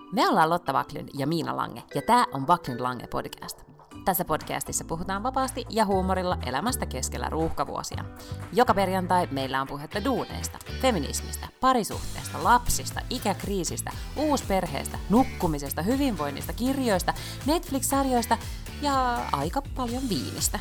Me ollaan Lotta Wacklund ja Miina Lange, ja tää on Wacklund Lange podcast. Tässä podcastissa puhutaan vapaasti ja huumorilla elämästä keskellä ruuhkavuosia. Joka perjantai meillä on puhetta duuneista, feminismistä, parisuhteesta, lapsista, ikäkriisistä, uusperheestä, nukkumisesta, hyvinvoinnista, kirjoista, Netflix-sarjoista ja aika paljon viinistä.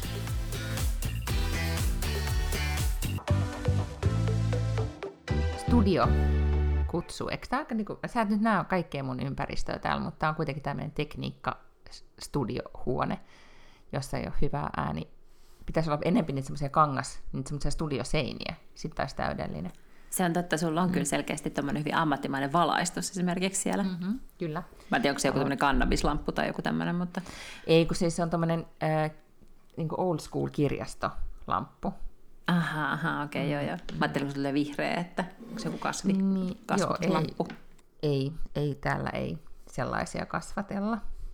Studio kutsu. Eikö tää, niinku, sä et nyt näe kaikkea mun ympäristöä täällä, mutta tää on kuitenkin tämmöinen tekniikka-studiohuone, jossa ei ole hyvää ääni. Pitäisi olla enemmän niitä semmoisia studioseiniä. Sitten taisi täydellinen. Se on totta, sulla on kyllä selkeästi tommoinen hyvin ammattimainen valaistus esimerkiksi siellä. Kyllä. Mä en tiedä, onko se joku tämmöinen kannabislamppu tai joku tämmöinen, mutta... Ei, kun siis se on tommoinen niin old school kirjastolamppu. Aha, okei, joo. Mä ajattelin, kun se oli vihreä, että onko se joku kasvatuslamppu? Ei, täällä ei sellaisia kasvatella.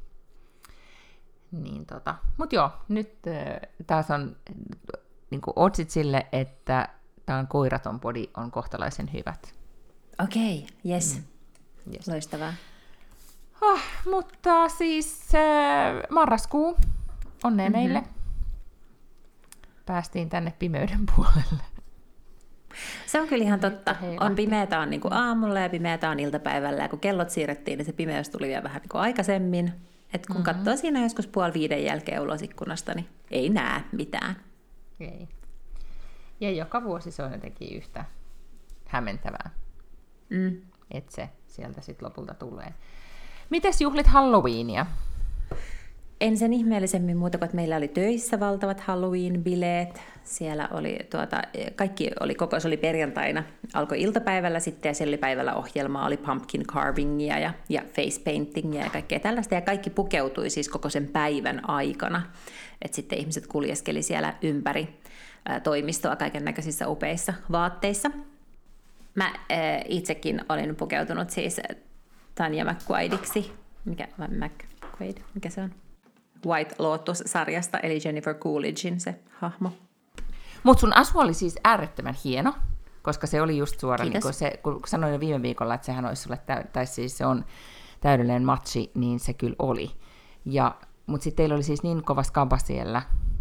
Niin mut joo, nyt taas on niinku otsit sille, että tää on koiraton podi on kohtalaisen hyvät. Okei, yes. Yes. Loistavaa. Mutta siis marraskuu, onnea meille. Päästiin tänne pimeyden puolelle. Se on kyllä ihan totta. On pimeätä on niin kuin aamulla ja pimeätä on iltapäivällä. Ja kun kellot siirrettiin, niin se pimeys tuli vielä vähän niin kuin aikaisemmin. Et kun katsoo siinä joskus 4:30 jälkeen ulos ikkunasta, niin ei näe mitään. Ei. Ja joka vuosi se on jotenkin yhtä hämmentävää, että se sieltä sitten lopulta tulee. Mites juhlit Halloweenia? En sen ihmeellisemmin muuta kuin, että meillä oli töissä valtavat Halloween-bileet. Siellä oli kaikki oli se oli perjantaina, alkoi iltapäivällä sitten ja siellä oli päivällä ohjelmaa, oli pumpkin carvingia ja face paintingia ja kaikkea tällaista. Ja kaikki pukeutui siis koko sen päivän aikana. Että sitten ihmiset kuljeskeli siellä ympäri toimistoa kaiken näköisissä upeissa vaatteissa. Mä itsekin olin pukeutunut siis Tanya McQuaidiksi. Mikä se on? White Lotus-sarjasta, eli Jennifer Coolidgein se hahmo. Mutta sun asu oli siis äärettömän hieno, koska se oli just suora, niin kun sanoin jo viime viikolla, että sehän olisi sulle, tai siis se on täydellinen matchi, niin se kyllä oli. Mutta sitten teillä oli siis niin kova skaba siellä,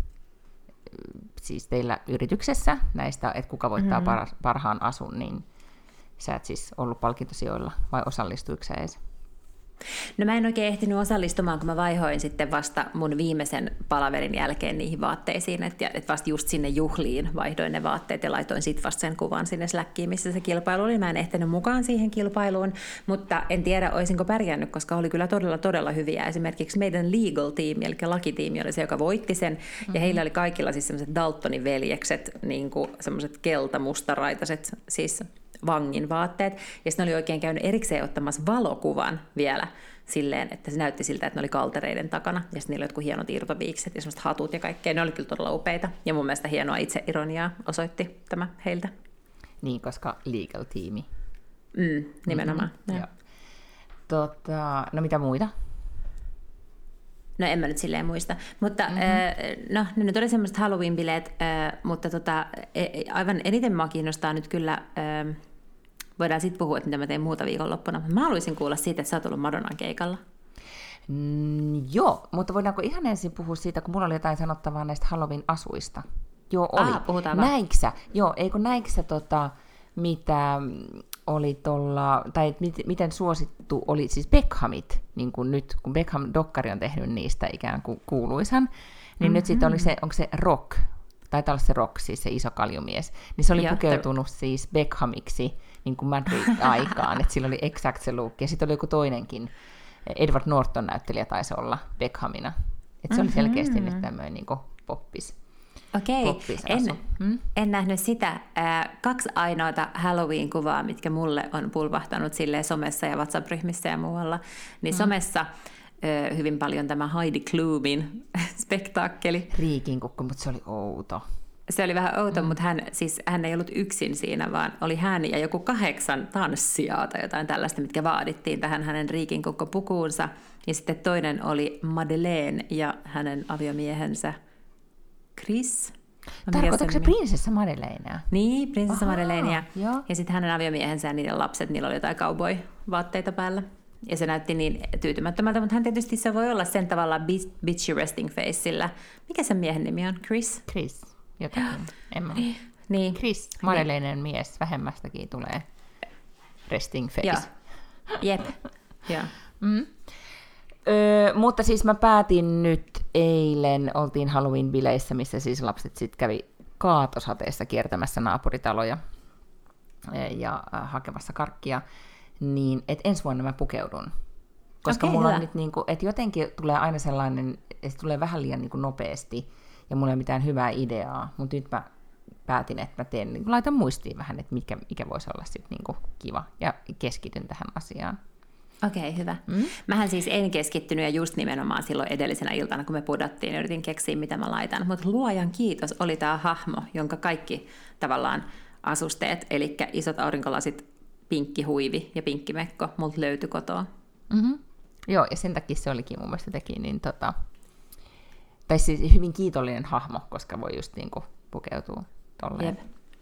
siis teillä yrityksessä näistä, että kuka voittaa parhaan asun, niin sä et siis ollut palkintosijoilla, vai osallistuiko sä edes? No mä en oikein ehtinyt osallistumaan, kun mä vaihoin sitten vasta mun viimeisen palaverin jälkeen niihin vaatteisiin, että vasta just sinne juhliin vaihdoin ne vaatteet ja laitoin sitten vasta sen kuvan sinne Slackiin, missä se kilpailu oli. Mä en ehtinyt mukaan siihen kilpailuun, mutta en tiedä, olisinko pärjännyt, koska oli kyllä todella, todella hyviä. Esimerkiksi meidän legal-tiimi, eli lakitiimi oli se, joka voitti sen, ja heillä oli kaikilla siis sellaiset Daltonin veljekset, niin kuin semmoiset kelta-mustaraitaiset, siis vangin vaatteet, ja sitten oli oikein käynyt erikseen ottamassa valokuvan vielä silleen, että se näytti siltä, että ne oli kaltereiden takana, ja sitten niillä oli jotkut hienot irtoviikset ja semmoiset hatut ja kaikkea. Ne oli kyllä todella upeita, ja mun mielestä hienoa itseironiaa osoitti tämä heiltä. Niin, koska legal-tiimi. Nimenomaan. No mitä muita? No en mä nyt silleen muista, mutta no ne nyt oli semmoiset Halloween-bileet, mutta aivan eniten mua kiinnostaa nyt kyllä, voidaan sitten puhua, että mitä mä tein muuta viikonloppuna, mutta mä haluaisin kuulla siitä, että sä oot ollut Madonnan keikalla. Joo, mutta voidaanko ihan ensin puhua siitä, kun mulla oli jotain sanottavaa näistä Halloween-asuista? Joo, oli. Puhutaan vaan. Näiksä? Joo, eikö näiksä mitä oli tai miten suosittu oli siis Beckhamit, niin kuin nyt, kun Beckham-dokkari on tehnyt niistä ikään kuin kuuluisan, niin nyt sitten oli se, onko se Rock, taitaa olla se Rock, siis se iso kaljumies, niin se oli pukeutunut siis Beckhamiksi niin kuin Madrid-aikaan, että sillä oli exact se look, ja sitten oli joku toinenkin, Edward Norton näyttelijä taisi olla Beckhamina, että se oli selkeästi nyt tämmöinen niin kuin poppis. Okei, en nähnyt sitä. 2 ainoata Halloween-kuvaa, mitkä mulle on pulvahtanut silleen somessa ja WhatsApp-ryhmissä ja muualla. Niin somessa hyvin paljon tämä Heidi Klumin spektaakkeli. Riikinkukko, mutta se oli outo. Se oli vähän outo, mutta hän ei ollut yksin siinä, vaan oli hän ja joku 8 tanssijaa tai jotain tällaista, mitkä vaadittiin tähän hänen riikinkukko-pukuunsa. Ja sitten toinen oli Madeleine ja hänen aviomiehensä Chris. Tarkoitatko se prinsessa Madeleinea? Niin, prinsessa Madeleinea. Ja sitten hänen aviomiehensä ja niiden lapset, niillä oli jotain cowboy-vaatteita päällä. Ja se näytti niin tyytymättömältä, mutta hän tietysti se voi olla sen tavalla bitchy resting faceillä. Mikä sen miehen nimi on? Chris? Chris, jotakin. En mä. Niin. Chris, madeleinen mies, vähemmästäkin tulee resting face. Joo. Jep. Joo. Mutta siis mä päätin nyt eilen, oltiin Halloween-bileissä, missä siis lapset sitten kävi kaatosateessa kiertämässä naapuritaloja ja hakemassa karkkia, niin että ensi vuonna mä pukeudun. Koska mulla on nyt niinku, että jotenkin tulee aina sellainen, että se tulee vähän liian niinku nopeasti ja mulla ei ole mitään hyvää ideaa, mutta nyt mä päätin, että mä teen, niin laitan muistiin vähän, että mikä voisi olla sitten niinku kiva ja keskityn tähän asiaan. Okei, hyvä. Mähän siis en keskittynyt ja just nimenomaan silloin edellisenä iltana, kun me pudattiin, yritin keksiä, mitä mä laitan. Mutta luojan kiitos oli tämä hahmo, jonka kaikki tavallaan asusteet, eli isot aurinkolasit, pinkki huivi ja pinkki mekko, multa löytyi kotoa. Mm-hmm. Joo, ja sen takia se olikin mun mielestä teki niin tai siis hyvin kiitollinen hahmo, koska voi just niinku pukeutua tolleen.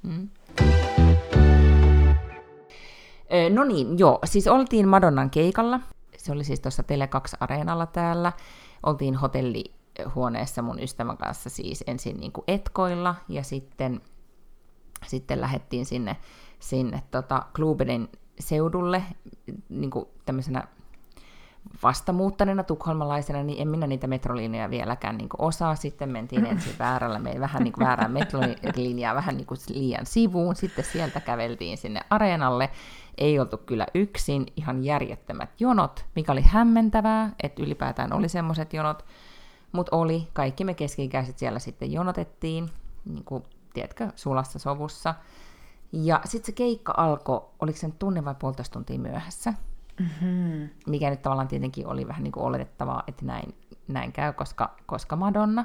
No niin, joo, siis oltiin Madonnan keikalla, se oli siis tuossa Tele2-areenalla täällä, oltiin hotellihuoneessa mun ystävän kanssa siis ensin niinku etkoilla, ja sitten lähdettiin sinne Klubenin seudulle, niinku tämmöisenä vastamuuttaneena tukholmalaisena, niin en minä niitä metrolinjoja vieläkään niin osaa. Sitten mentiin ensin vähän niin väärään metrolinjaa, vähän niin kuin liian sivuun. Sitten sieltä käveltiin sinne areenalle. Ei oltu kyllä yksin, ihan järjettömät jonot, mikä oli hämmentävää, että ylipäätään oli semmoiset jonot. Mutta oli, kaikki me keski-ikäiset siellä sitten jonotettiin, niin kuin, tiedätkö, sulassa sovussa. Ja sitten se keikka alkoi, oliko se nyt tunne vai puolitoista tuntia myöhässä? Mm-hmm. Mikä nyt tavallaan tietenkin oli vähän niin kuin oletettavaa, että näin käy, koska Madonna.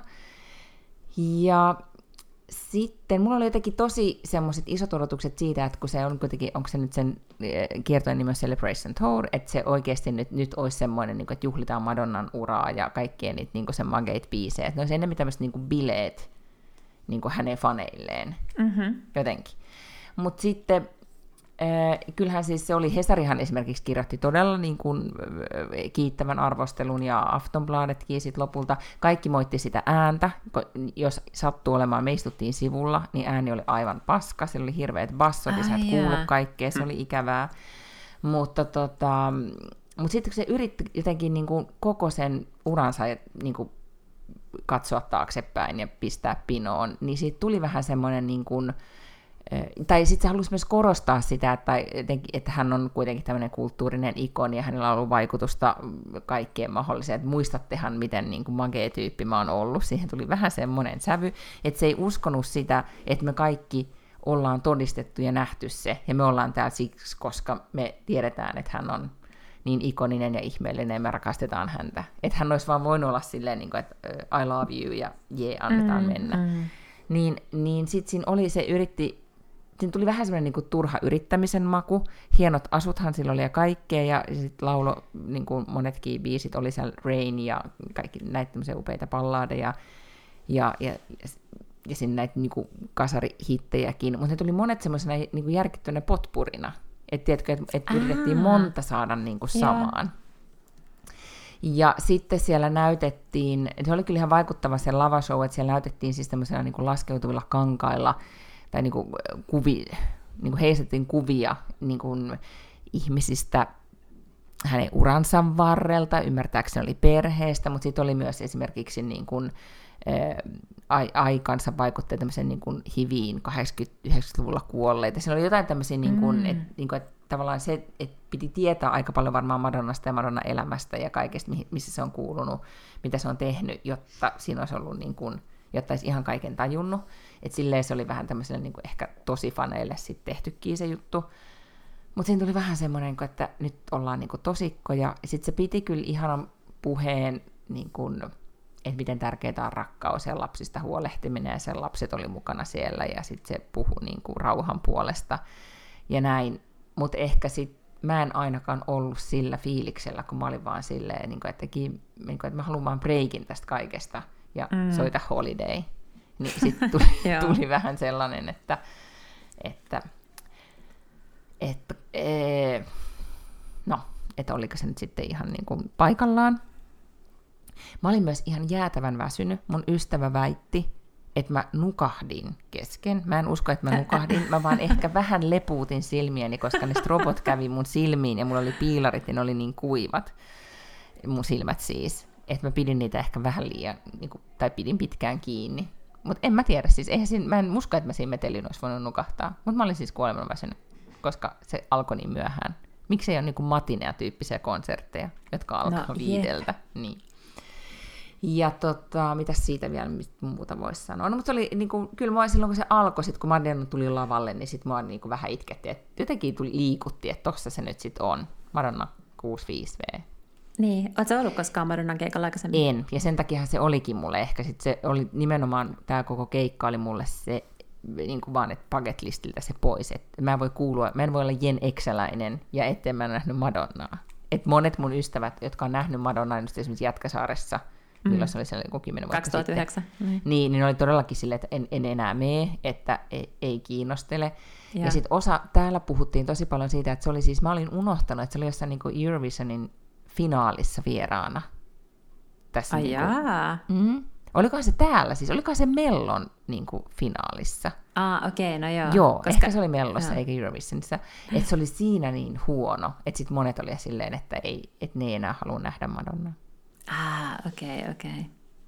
Ja sitten mulla oli jotenkin tosi semmoiset isot odotukset siitä, että kun se on kuitenkin, onko se nyt sen kiertojen nimi Celebration Tour, että se oikeasti nyt olisi semmoinen, että juhlitaan Madonnan uraa ja kaikkien niitä niin sen mageita biisejä. Että ne olisi enemmän tämmöiset niin bileet niin hänen faneilleen jotenkin. Mutta sitten kyllähän siis se oli, Hesarihan esimerkiksi kirjoitti todella niin kuin kiittävän arvostelun ja Aftonbladetkin sit lopulta. Kaikki moitti sitä ääntä, jos sattuu olemaan, me istuttiin sivulla, niin ääni oli aivan paska, siellä oli hirveät bassot ja sä et kuullut kaikkea, se oli ikävää. Mutta sitten kun se yritti jotenkin niin kuin koko sen uransa niin kuin katsoa taaksepäin ja pistää pinoon, niin siitä tuli vähän semmoinen niin kuin tai sitten se halusi myös korostaa sitä, että hän on kuitenkin tämmöinen kulttuurinen ikoni ja hänellä on ollut vaikutusta kaikkeen mahdolliseen. Muistattehan, miten niin kuin magea tyyppi mä oon ollut. Siihen tuli vähän semmoinen sävy, että se ei uskonut sitä, että me kaikki ollaan todistettu ja nähty se. Ja me ollaan täällä siksi, koska me tiedetään, että hän on niin ikoninen ja ihmeellinen ja me rakastetaan häntä. Että hän olisi vaan voinut olla silleen, niin kuin, että I love you ja annetaan mennä. Niin sitten siinä oli se siinä tuli vähän semmoinen niin turha yrittämisen maku. Hienot asuthan sillä oli ja kaikkea, ja sitten laulo, niin kuin monetkin biisit oli siellä Rain ja kaikki näitä tämmöisiä upeita balladeja, ja sinne näitä niin kuin kasarihittejäkin, mutta ne tuli monet semmoisena niin kuin järkittynä potpurina. Että tiedätkö, että yritettiin monta saada niin kuin samaan. Ja sitten siellä näytettiin, se oli kyllä ihan vaikuttava se lavashow, että siellä näytettiin siis tämmöisellä niin kuin laskeutuvilla kankailla, tai niin kuin heistettiin kuvia niin kuin ihmisistä hänen uransa varrelta, ymmärtääkseni oli perheestä, mutta sitten oli myös esimerkiksi niin kuin, aikansa vaikutteet tämmöisen niin kuin HIViin 80-90-luvulla kuolleita. Siinä oli jotain tämmöisiä, niin kuin, että tavallaan se, että piti tietää aika paljon varmaan Madonnasta ja Madonnan elämästä ja kaikesta, missä se on kuulunut, mitä se on tehnyt, jotta siinä olisi ollut niin kuin, jotta olisi ihan kaiken tajunnut. Että silleen se oli vähän tämmöiselle niin kuin ehkä tosi faneille sitten tehtykin se juttu. Mutta siinä tuli vähän semmoinen, että nyt ollaan niin kuin tosikkoja. Ja sitten se piti kyllä ihanan puheen, niin kuin, että miten tärkeää on rakkaus ja lapsista huolehtiminen. Ja sen lapset oli mukana siellä ja sitten se puhui niin kuin rauhan puolesta ja näin. Mutta ehkä sitten mä en ainakaan ollut sillä fiiliksellä, kun mä olin vaan silleen, niin kuin, että mä haluan vaan breikin tästä kaikesta ja soita Holiday. Niin sitten tuli vähän sellainen, että oliko se nyt sitten ihan niin kuin paikallaan. Mä olin myös ihan jäätävän väsynyt. Mun ystävä väitti, että mä nukahdin kesken. Mä en usko, että mä nukahdin. Mä vaan ehkä vähän lepuutin silmiäni, koska ne strobot kävi mun silmiin ja mulla oli piilarit ja ne oli niin kuivat. Mun silmät siis. Että mä pidin niitä ehkä vähän liian, niin kuin, tai pidin pitkään kiinni. Mutta en mä tiedä siis. Mä en usko, että mä siinä meteliin olisi voinut nukahtaa. Mutta mä olin siis kuoleman väsynyt, koska se alkoi niin myöhään. Miksi ei ole niin kuin matinea-tyyppisiä konsertteja, jotka alkaa 5? Niin. Ja mitäs siitä vielä muuta voisi sanoa? No, mutta se oli, niin kuin, kyllä mua silloin, kun se alkoi, sit, kun Madonna tuli lavalle, niin sitten mua niin kuin vähän itketti, että jotenkin liikutti, että tossa se nyt sitten on. Madonna 65V. Niin, ootko ollut koskaan Madonnan keikalla aikaisemmin? En, ja sen takia se olikin mulle ehkä. Sit se oli nimenomaan, tämä koko keikka oli mulle se, niin kuin vaan, että bucket listiltä se pois. Että mä en voi olla Jen Exeläinen, ja etten mä nähnyt Madonnaa. Että monet mun ystävät, jotka on nähnyt Madonnaa, esimerkiksi Jätkäsaaressa, milloin se oli siellä joku 10 vuotta 2009. Sitten. Niin oli todellakin silleen, että en enää mene, että ei kiinnostele. Ja sitten täällä puhuttiin tosi paljon siitä, että se oli siis, mä olin unohtanut, että se oli jossain niin kuin Eurovisionin finaalissa vieraana. Tässä olikohan se täällä siis? Olikohan se Mellon niin kuin finaalissa? Okei, no joo. Joo, koska ehkä se oli Mellossa eikä Eurovisionissa. Että se oli siinä niin huono, että sitten monet oli silleen, että ne ei enää halua nähdä Madonnaa. Okei.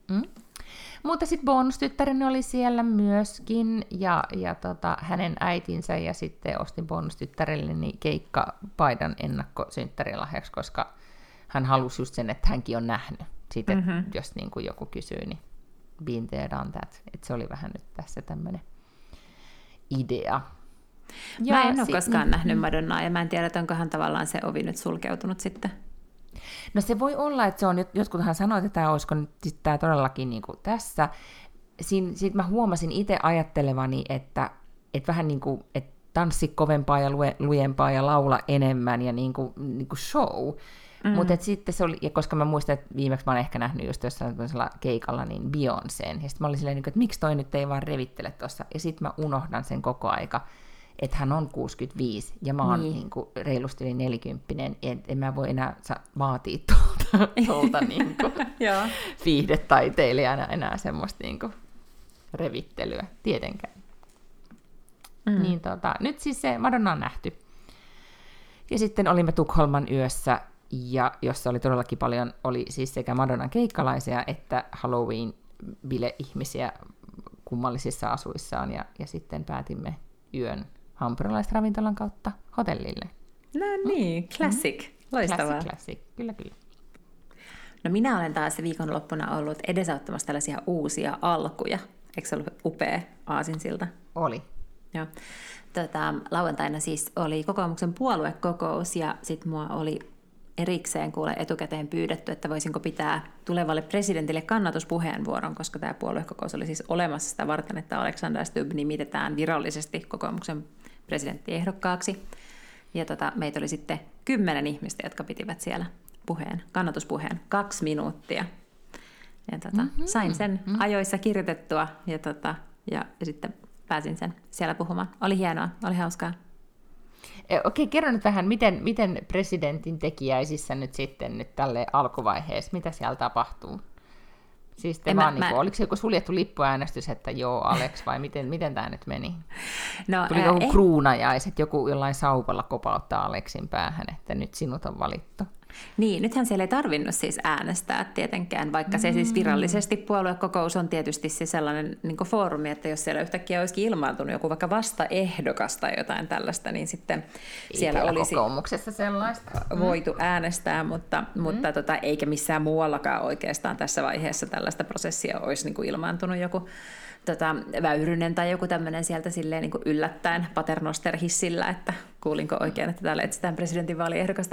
Mutta sitten bonustyttäreni oli siellä myöskin, ja hänen äitinsä, ja sitten ostin bonustyttärelleni keikkapaidan ennakkosynttärilahjaksi, koska hän halusi just sen, että hänkin on nähnyt. Sitten, jos niin kuin joku kysyy, niin been there, done that. Että se oli vähän nyt tässä tämmöinen idea. Mä en ole koskaan nähnyt Madonnaa, ja mä en tiedä, että onkohan tavallaan se ovi nyt sulkeutunut sitten. No se voi olla, että se on, jotkuthan sanoo, että tämä olisiko nyt tämä todellakin niin kuin tässä. Sitten mä huomasin itse ajattelevani, että vähän niin kuin, että tanssi kovempaa ja lujempaa ja laula enemmän ja niin kuin show. Mutta sitten se oli, ja koska mä muistan, että viimeksi mä oon ehkä nähnyt just jossain keikalla niin Beyoncén, ja sitten mä olin silleen, että miksi toi nyt ei vaan revittele tuossa, ja sitten mä unohdan sen koko aika, että hän on 65, ja mä oon niin kuin reilusti yli 40, en mä voi enää vaatia tuolta niin viihdetaiteilijana enää semmoista niin kuin revittelyä, tietenkään. Niin nyt siis se Madonna on nähty. Ja sitten olimme Tukholman yössä, ja jossa oli todellakin paljon, oli siis sekä Madonnan keikkalaisia että Halloween-bile-ihmisiä kummallisissa asuissaan, ja sitten päätimme yön hampurilaisravintolan kautta hotellille. No niin, classic. Loistavaa. Classic, kyllä. No minä olen taas viikonloppuna ollut edesauttamassa tällaisia uusia alkuja. Eikö se ollut upea aasinsilta? Oli. Joo. Lauantaina siis oli kokoomuksen puoluekokous, ja sitten mua oli erikseen etukäteen pyydetty, että voisinko pitää tulevalle presidentille kannatuspuheenvuoron, koska tämä puoluekokous oli siis olemassa sitä varten, että Alexander Stubb nimitetään virallisesti kokoomuksen presidenttiehdokkaaksi. Ja meitä oli sitten 10 ihmistä, jotka pitivät siellä kannatuspuheen 2 minuuttia. Ja sain sen ajoissa kirjoitettua, ja sitten pääsin sen siellä puhumaan. Oli hienoa, oli hauskaa. Okei, kerro nyt vähän, miten presidentin tekijäisissä nyt sitten nyt tälle alkuvaiheessa, mitä siellä tapahtuu? Siis oliko se joku suljettu lippuäänestys, että joo, Alex, vai miten tämä nyt meni? No, tuli joku kruunajaiset, joku jollain saupalla kopauttaa Alexin päähän, että nyt sinut on valittu. Niin, nythän siellä ei tarvinnut siis äänestää tietenkään, vaikka se siis virallisesti puoluekokous on tietysti se sellainen niin kuin foorumi, että jos siellä yhtäkkiä olisikin ilmaantunut joku vaikka vastaehdokas tai jotain tällaista, niin sitten siellä olisi kokoomuksessa sellaista voitu äänestää, mutta eikä missään muuallakaan oikeastaan tässä vaiheessa tällaista prosessia olisi niin kuin ilmaantunut joku Väyrynen tai joku tämmöinen sieltä silleen niin kuin yllättäen paternoster-hissillä, että kuulinko oikein, että täällä etsitään presidentinvaaliehdokasta.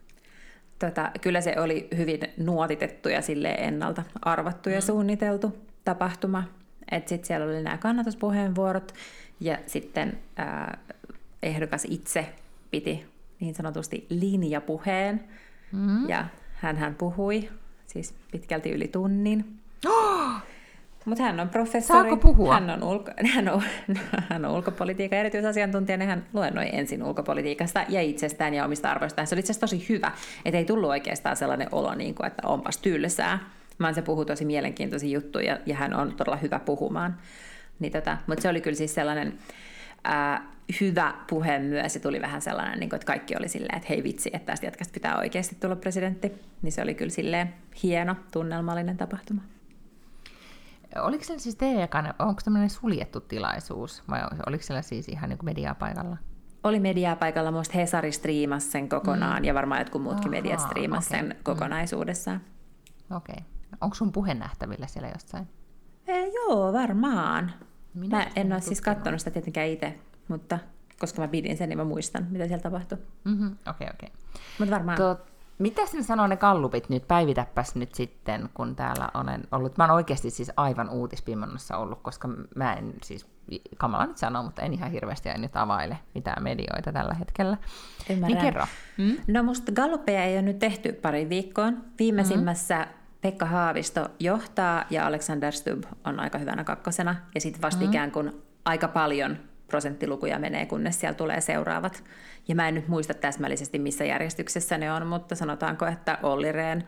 Kyllä se oli hyvin nuotitettu ja silleen ennalta arvattu ja suunniteltu tapahtuma. Sitten siellä oli nämä kannatuspuheenvuorot, ja sitten ehdokas itse piti niin sanotusti linjapuheen, ja hän puhui siis pitkälti yli tunnin. Mutta hän on professori. Saako puhua? Hän on ulkopolitiikan erityisasiantuntija, niin hän luennoi ensin ulkopolitiikasta ja itsestään ja omista arvoistaan. Se oli itse asiassa tosi hyvä, että ei tullut oikeastaan sellainen olo, niin kuin, että onpas tylsää, vaan se puhuu tosi mielenkiintoisia juttuja ja hän on todella hyvä puhumaan. Niin mutta se oli kyllä siis sellainen hyvä puhe myös. Se tuli vähän sellainen, niin kuin, että kaikki oli silleen, että hei vitsi, että tästä jätkästä pitää oikeasti tulla presidentti. Niin se oli kyllä silleen hieno, tunnelmallinen tapahtuma. Oliko siellä siis teidän jakana, onko tämmöinen suljettu tilaisuus, vai oliko siellä siis ihan niin kuin mediaa paikalla? Oli mediaa paikalla, muista Hesari striimasi sen kokonaan, ja varmaan jotkut muutkin mediat striimasi sen kokonaisuudessaan. Okei. Onko sun puhe nähtävillä siellä jossain? Joo, varmaan. Mä en ole siis katsonut sitä tietenkään itse, mutta koska mä pidin sen, niin mä muistan, mitä siellä tapahtui. Okei. Mutta varmaan. Mitä sinä sanoo ne gallupit nyt? Päivitäpäs nyt sitten, kun täällä olen ollut. Mä oon oikeasti siis aivan uutispimmannossa ollut, koska mä en siis, kamala nyt sanoo, mutta en ihan hirveästi nyt availe mitään medioita tällä hetkellä. Ymmärrän. Niin kerro. No musta galluppeja ei ole nyt tehty pari viikkoon. Viimeisimmässä Pekka Haavisto johtaa ja Alexander Stubb on aika hyvänä kakkosena. Ja sitten vasta ikään kuin aika paljon prosenttilukuja menee, kunnes siellä tulee seuraavat. Ja mä en nyt muista täsmällisesti, missä järjestyksessä ne on, mutta sanotaanko, että Olli Rehn,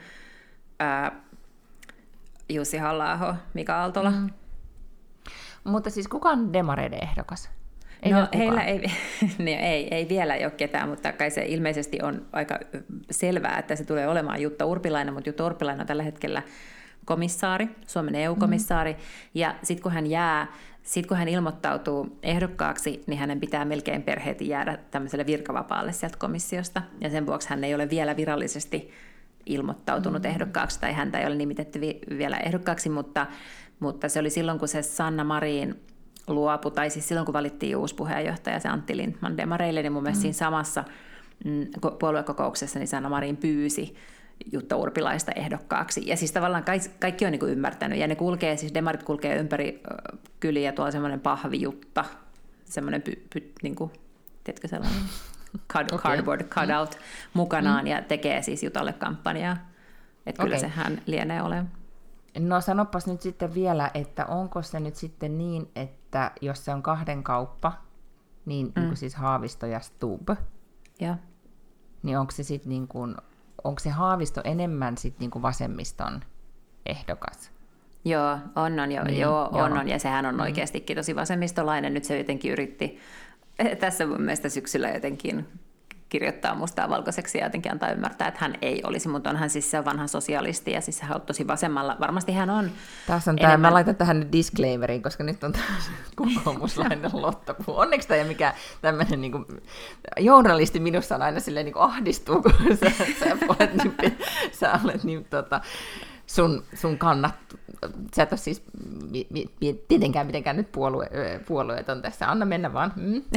Jussi Halla-aho, Mika Aaltola. Mutta siis kuka on demareiden ehdokas? Heillä ei vielä ole ketään, mutta kai se ilmeisesti on aika selvää, että se tulee olemaan Jutta Urpilainen, mutta Jutta Urpilainen on tällä hetkellä komissaari, Suomen EU-komissaari, ja sitten kun hän ilmoittautuu ehdokkaaksi, niin hänen pitää melkein perheeti jäädä tämmöiselle virkavapaalle sieltä komissiosta, ja sen vuoksi hän ei ole vielä virallisesti ilmoittautunut ehdokkaaksi, tai häntä ei ole nimitetty vielä ehdokkaaksi, mutta se oli silloin, kun se Sanna Marin luopui, tai siis silloin, kun valittiin uusi puheenjohtaja, se Antti Lindtman demareille, niin mun mielestä siinä samassa puoluekokouksessa niin Sanna Marin pyysi Jutta Urpilaista ehdokkaaksi. Ja siis tavallaan kaikki on niin kuin ymmärtänyt, ja ne kulkee, siis demarit kulkee ympäri kyliä, tuolla semmoinen pahvijutta, semmoinen niin kuin, tiedätkö sellainen cardboard cutout mukanaan, ja tekee siis Jutalle kampanjaa. Että kyllä se hän lienee olemaan. No sanopas nyt sitten vielä, että onko se nyt sitten niin, että jos se on kahden kauppa, niin kuin siis Haavisto ja Stubb, niin onko se sitten niin kuin, onko se Haavisto enemmän sitten niin kuin vasemmiston ehdokas? Joo, on, ja sehän on oikeastikin tosi vasemmistolainen. Nyt se jotenkin yritti tässä mun mielestä syksyllä jotenkin kirjoittaa mustaa valkoiseksi ja jotenkin antaa ymmärtää, että hän ei olisi, mutta onhan siis se vanha sosialisti ja siis hän on tosi vasemmalla. Varmasti hän on. Tässä on enemmän... mä laitan tähän nyt disclaimerin, koska nyt on kokoomuslainen Lotta. Onneksi tämä ei mikään tämmöinen niin kuin, journalisti minussa on aina silleen niin kuin ahdistuu, kun sä olet niin, sun kannat, sä et ole siis tietenkään mitenkään nyt puolueeton tässä, anna mennä vaan.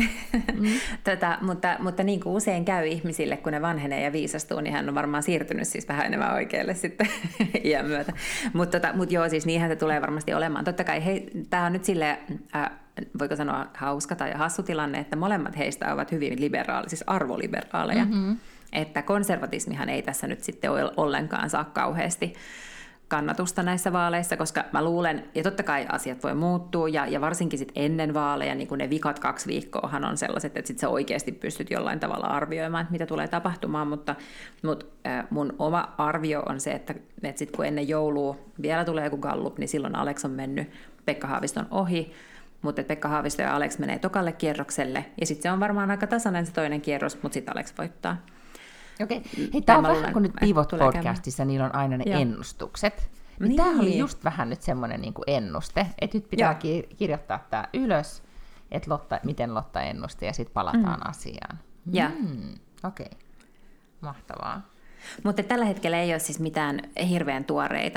Mutta niin kuin usein käy ihmisille, kun ne vanhenee ja viisastuu, niin hän on varmaan siirtynyt siis vähän enemmän oikealle sitten iän myötä. Mutta joo, siis niinhän se tulee varmasti olemaan. Totta kai tämä on nyt silleen, voiko sanoa hauska tai hassu tilanne, että molemmat heistä ovat hyvin siis arvoliberaaleja. Että konservatismihan ei tässä nyt sitten ollenkaan saa kauheasti kannatusta näissä vaaleissa, koska mä luulen, ja totta kai asiat voi muuttua, ja varsinkin sit ennen vaaleja, niin kun ne vikat 2 viikkoahan on sellaiset, että sit sä oikeasti pystyt jollain tavalla arvioimaan, että mitä tulee tapahtumaan, mutta mun oma arvio on se, että sit kun ennen joulua vielä tulee joku gallup, niin silloin Alex on mennyt Pekka Haaviston ohi, mutta Pekka Haavisto ja Alex menee tokalle kierrokselle, ja sitten se on varmaan aika tasainen se toinen kierros, mutta sitten Alex voittaa. Okei. Hei, tämä on vähän kuin nyt Pivot-podcastissa, niillä on aina ne ennustukset. Niin. Tämähän oli just vähän nyt semmoinen niin kuin ennuste, että nyt pitää kirjoittaa tämä ylös, että miten Lotta ennusti, ja sitten palataan asiaan. Okei. Mahtavaa. Mutta tällä hetkellä ei ole siis mitään hirveän tuoreita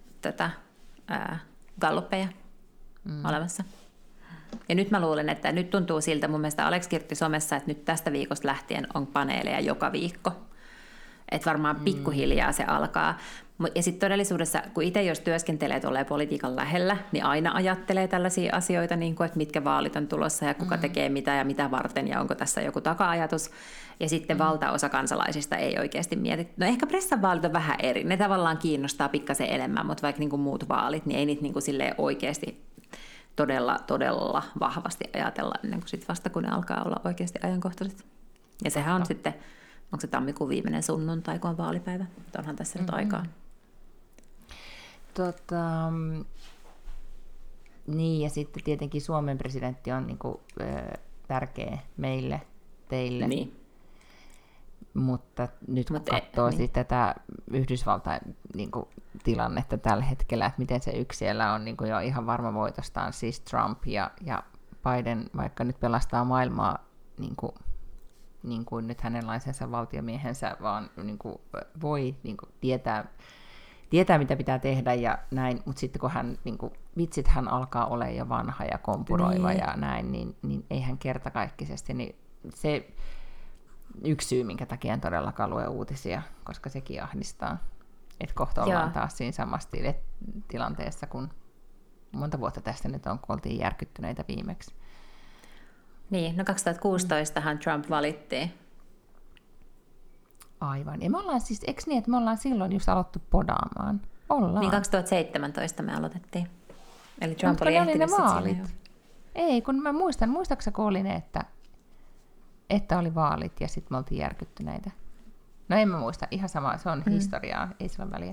galluppeja olemassa. Ja nyt mä luulen, että nyt tuntuu siltä, mun mielestä Alex kirjoitti somessa, että nyt tästä viikosta lähtien on paneeleja joka viikko. Että varmaan pikkuhiljaa se alkaa. Ja sitten todellisuudessa, kun itse jos työskentelee tuolla politiikan lähellä, niin aina ajattelee tällaisia asioita, niin kuin, että mitkä vaalit on tulossa ja kuka tekee mitä ja mitä varten ja onko tässä joku taka-ajatus. Ja sitten valtaosa kansalaisista ei oikeasti mieti. No ehkä pressan vaalit on vähän eri. Ne tavallaan kiinnostaa pikkasen enemmän, mutta vaikka niin kuin muut vaalit, niin ei niitä niin kuin silleen oikeasti todella vahvasti ajatella ennen kuin sitten vasta kun ne alkaa olla oikeasti ajankohtaiset. Ja sehän on sitten, onko se tammikuun viimeinen sunnuntai, kun on vaalipäivä. Onhan tässä nyt aikaa. Niin, ja sitten tietenkin Suomen presidentti on niinku, tärkeä meille, teille. Niin. Mutta nyt kun katsoo niin tätä Yhdysvaltain niinku, tilannetta tällä hetkellä, että miten se yksi siellä on niinku, jo ihan varma voitostaan, siis Trump ja Biden, vaikka nyt pelastaa maailmaa niin kuin nyt hänenlaisensa valtiomiehensä, vaan niinku, voi niinku, tietää, mitä pitää tehdä ja näin, mutta sitten kun hän, vitsit, hän alkaa olla jo vanha ja kompuroiva ja näin, niin ei hän kertakaikkisesti, niin se yksi syy, minkä takia en todellakaan lue uutisia, koska sekin ahdistaa, että kohta ollaan taas siinä samassa tilanteessa, kun monta vuotta tästä nyt on, kun oltiin järkyttyneitä viimeksi. Niin, no 2016han Trump valittiin. Aivan. Ja me ollaan siis, eikö niin, että me ollaan silloin just aloittu podaamaan? Ollaan. Niin 2017 me aloitettiin. Eli Trump oli ehtinyt sitten siinä jo. Ei, kun mä muistaakseni kun oli ne, että oli vaalit ja sitten me oltiin järkyttyneitä. No en mä muista, ihan sama, se on historiaa, ei sillä ole väliä.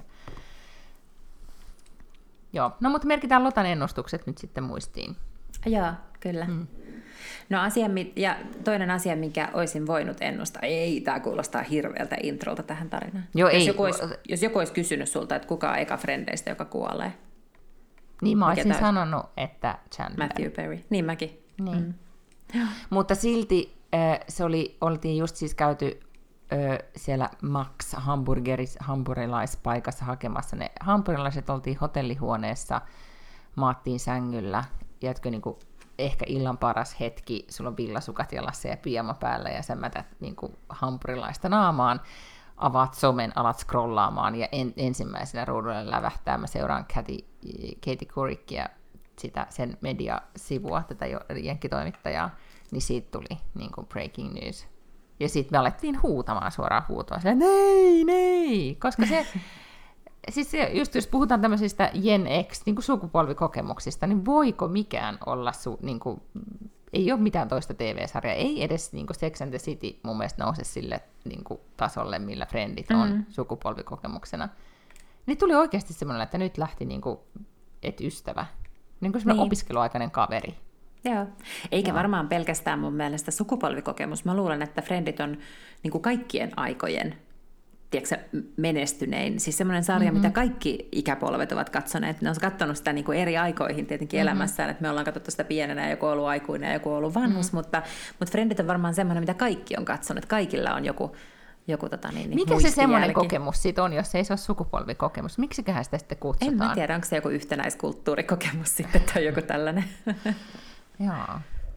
Joo, no mutta merkitään Lotan ennustukset nyt sitten muistiin. Joo, kyllä. No ja toinen asia, minkä olisin voinut ennustaa, ei, tämä kuulostaa hirveältä introlta tähän tarinaan. Joo, jos joku olisi kysynyt sulta, että kuka on eka frendeistä, joka kuolee. Niin mä olisin sanonut, että Chandler. Matthew Perry, niin mäkin. Niin. Mutta silti oltiin just siis käyty siellä Max hampurilaispaikassa hakemassa ne hampurilaiset, oltiin hotellihuoneessa, maattiin sängyllä, jätkö niinku ehkä illan paras hetki, sulla on villasukat jalassa ja pyjama päällä ja sä mätät niinku hampurilaista naamaan, avaat somen, alat scrollaamaan ja ensimmäisenä ruudulle lävähtää, mä seuraan Katie Courickia, sen mediasivua, tätä jenkkitoimittajaa, niin siitä tuli niinku breaking news. Ja sitten me alettiin huutamaan suoraan huutoa, silleen, nei, koska se, siis just jos puhutaan tämmöisistä Gen X niin kuin sukupolvikokemuksista, niin voiko mikään olla, niin kuin, ei ole mitään toista TV-sarjaa, ei edes niin kuin Sex and the City mun mielestä nouse sille niin kuin tasolle, millä Friendit on sukupolvikokemuksena. Niin tuli oikeasti semmoinen, että nyt lähti niin kuin, ystävä, niin kuin semmoinen opiskeluaikainen kaveri. Joo, eikä varmaan pelkästään mun mielestä sukupolvikokemus. Mä luulen, että Friendit on niin kuin kaikkien aikojen menestynein. Siis semmoinen sarja, mitä kaikki ikäpolvet ovat katsoneet. Ne on katsonut sitä niin kuin eri aikoihin tietenkin elämässään, että me ollaan katsottu sitä pienenä ja joku on ollut aikuinen ja joku on ollut vanhus, mutta Friendit on varmaan semmoinen, mitä kaikki on katsonut. Kaikilla on joku mikä se semmoinen kokemus siitä on, jos ei se ole sukupolvikokemus? Miksiköhän sitä sitten kutsutaan? En mä tiedä, onko se joku yhtenäiskulttuurikokemus sitten tai joku tällainen. Joo.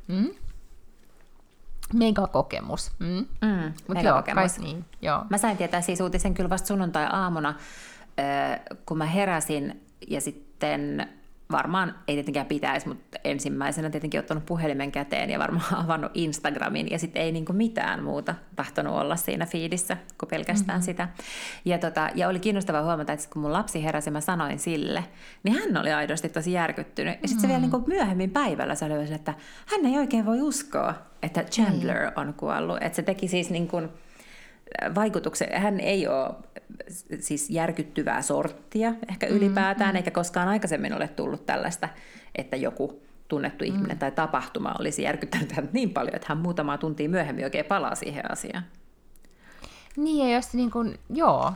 Megakokemus. Megakokemus. Niin, joo. Mä sain tietää siis uutisen kyllä vasta sunnuntai-aamuna, kun mä heräsin ja sitten varmaan, ei tietenkään pitäisi, mutta ensimmäisenä tietenkin ottanut puhelimen käteen ja varmaan avannut Instagramin ja sitten ei niinku mitään muuta tahtonut olla siinä feedissä kuin pelkästään sitä. Ja oli kiinnostavaa huomata, että kun mun lapsi heräsi, mä sanoin sille, niin hän oli aidosti tosi järkyttynyt. Ja sitten se vielä niinku myöhemmin päivällä se oli, että hän ei oikein voi uskoa, että Chandler on kuollut. Että se teki siis niinku vaikutuksen. Hän ei ole siis järkyttyvää sorttia ehkä ylipäätään, eikä koskaan aikaisemmin ole tullut tällaista, että joku tunnettu ihminen tai tapahtuma olisi järkyttänyt häntä niin paljon, että hän muutamaa tuntia myöhemmin oikein palaa siihen asiaan. Niin, ja jos niin kuin, joo,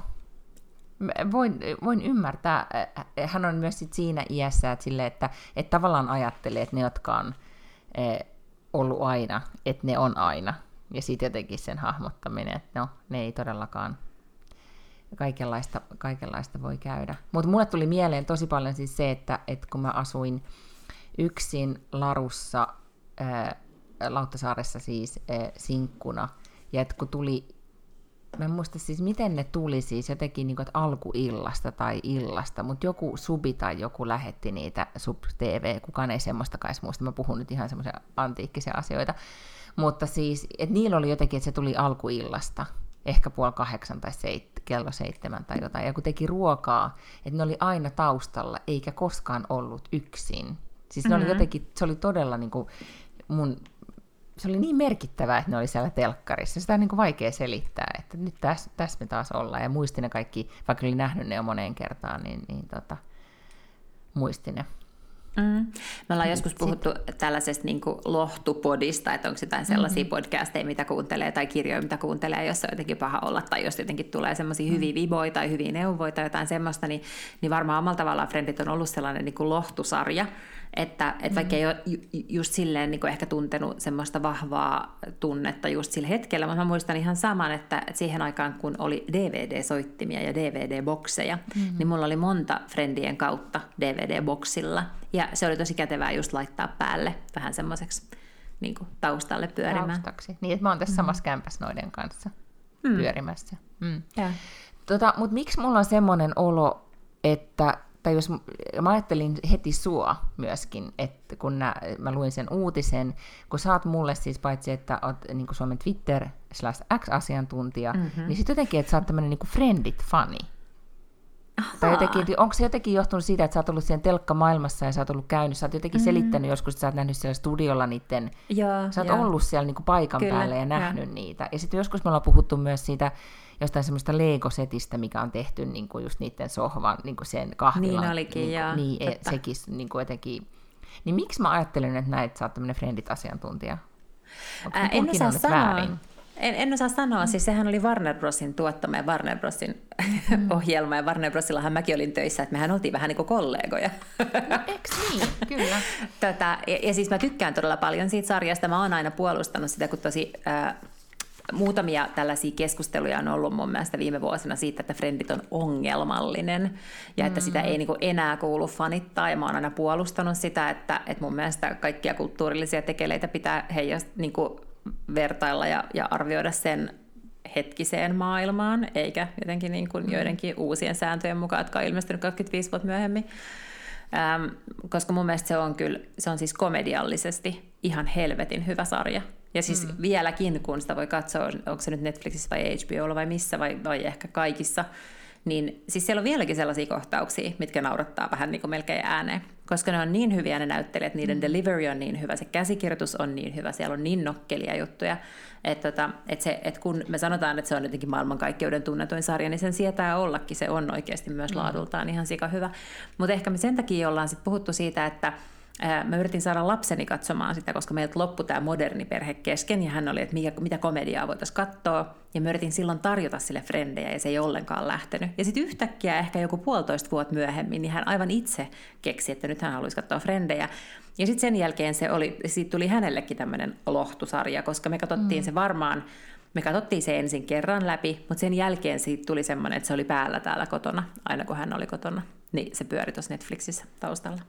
voin ymmärtää. Hän on myös sit siinä iässä, että tavallaan ajattelee, että ne, jotka on ollut aina, että ne on aina. Ja sitten jotenkin sen hahmottaminen, että no, ne ei todellakaan, kaikenlaista voi käydä. Mutta mulle tuli mieleen tosi paljon siis se, että kun mä asuin yksin Larussa, Lauttasaaressa siis sinkkuna, ja että kun tuli mä en muista siis, miten ne tuli siis jotenkin niin kuin, alkuillasta tai illasta, mutta joku subi tai joku lähetti niitä sub-TV, kukaan ei semmoista kai muista, mä puhun nyt ihan semmoisia antiikkisia asioita, mutta siis, että niillä oli jotenkin, että se tuli alkuillasta, ehkä 7:30 tai kello 7 tai jotain, ja kun teki ruokaa, että ne oli aina taustalla, eikä koskaan ollut yksin. Siis ne oli jotenkin, se oli todella niin kuin se oli niin merkittävää, että ne oli siellä telkkarissa. Sitä on niin kuin vaikea selittää, että nyt tässä me taas ollaan. Ja muistin ne kaikki, vaikka olin nähnyt ne jo moneen kertaan, niin muistin ne. Me ollaan joskus puhuttu tällaisesta niin kuin lohtupodista, että onko jotain sellaisia podcasteja, mitä kuuntelee, tai kirjoja, mitä kuuntelee, jossa on jotenkin paha olla, tai jos jotenkin tulee semmoisia hyviä viboja tai hyviä neuvoja tai jotain semmoista, niin varmaan omalla tavallaan Friendit on ollut sellainen niin kuin lohtusarja, että vaikka ei ole just silleen niin kuin ehkä tuntenut semmoista vahvaa tunnetta just sillä hetkellä, mutta mä muistan ihan saman, että siihen aikaan, kun oli DVD-soittimia ja DVD-bokseja, niin mulla oli monta Friendien kautta DVD-boksilla, ja se oli tosi kätevää just laittaa päälle vähän semmoiseksi niin kuin taustalle pyörimään. Taustaksi. Niin, että mä oon tässä samassa kämpässä noiden kanssa pyörimässä. Mutta miksi mulla on semmoinen olo, että tai jos mä ajattelin heti sua myöskin, että kun mä luin sen uutisen, kun sä oot mulle siis paitsi, että oot niin kuin Suomen Twitter/X-asiantuntija, niin sitten jotenkin, että sä oot tämmönen niin kuin Friendit-fani. Tai jotenkin, onko se jotenkin johtunut siitä, että sä oot ollut siellä telkkamaailmassa ja sä oot ollut käynyt, sä oot jotenkin selittänyt joskus, että sä oot nähnyt siellä studiolla niiden, sä oot ollut siellä niin kuin paikan päällä ja nähnyt niitä. Ja sitten joskus me ollaan puhuttu myös siitä jostain semmoista Lego-setistä, mikä on tehty niin kuin just niiden sohvan, niin kuin sen kahvilan. Niin olikin, niin, joo. Niin, sekin niin kuin jotenkin. Niin miksi mä ajattelen, että näet, sä oot tämmöinen Friendit-asiantuntija? En osaa sanoa. En osaa sanoa, siis sehän oli Warner Brosin tuottama ja Warner Brosin ohjelma, ja Warner Brosillahan mäkin olin töissä, että mehän oltiin vähän niin kuin kollegoja. No, eks niin? Kyllä. Ja siis mä tykkään todella paljon siitä sarjasta, mä oon aina puolustanut sitä, kun tosi muutamia tällaisia keskusteluja on ollut mun mielestä viime vuosina siitä, että Friendit on ongelmallinen, ja että sitä ei niin kuin enää kuulu fanittaa, ja mä oon aina puolustanut sitä, että mun mielestä kaikkia kulttuurillisia tekeleitä pitää niin kuin vertailla ja arvioida sen hetkiseen maailmaan, eikä jotenkin niin kuin joidenkin uusien sääntöjen mukaan, jotka on ilmestynyt 25 vuotta myöhemmin. Koska mun mielestä se on siis komediallisesti ihan helvetin hyvä sarja. Ja siis vieläkin, kun sitä voi katsoa, onko se nyt Netflixissä vai HBOlla vai missä, vai ehkä kaikissa, niin siis siellä on vieläkin sellaisia kohtauksia, mitkä naurattaa vähän niin kuin melkein ääneen. Koska ne on niin hyviä ne näyttelijät, niiden delivery on niin hyvä, se käsikirjoitus on niin hyvä, siellä on niin nokkelia juttuja, että kun me sanotaan, että se on jotenkin maailmankaikkeuden tunnetuin sarja, niin sen sietää ollakin, se on oikeasti myös laadultaan ihan sika hyvä. Mutta ehkä me sen takia ollaan sitten puhuttu siitä, että mä yritin saada lapseni katsomaan sitä, koska meiltä loppui tämä moderni perhe kesken, ja hän oli, että mitä komediaa voitaisiin katsoa, ja mä yritin silloin tarjota sille frendejä, ja se ei ollenkaan lähtenyt. Ja sitten yhtäkkiä ehkä joku 1,5 vuotta myöhemmin, niin hän aivan itse keksi, että nyt hän haluaisi katsoa frendejä. Ja sitten sen jälkeen siitä tuli hänellekin tämmöinen lohtusarja, koska me katsottiin se varmaan, me katsottiin se ensin kerran läpi, mutta sen jälkeen siitä tuli semmoinen, että se oli päällä täällä kotona, aina kun hän oli kotona. Niin se pyöri tuossa Netflixissä taustalla.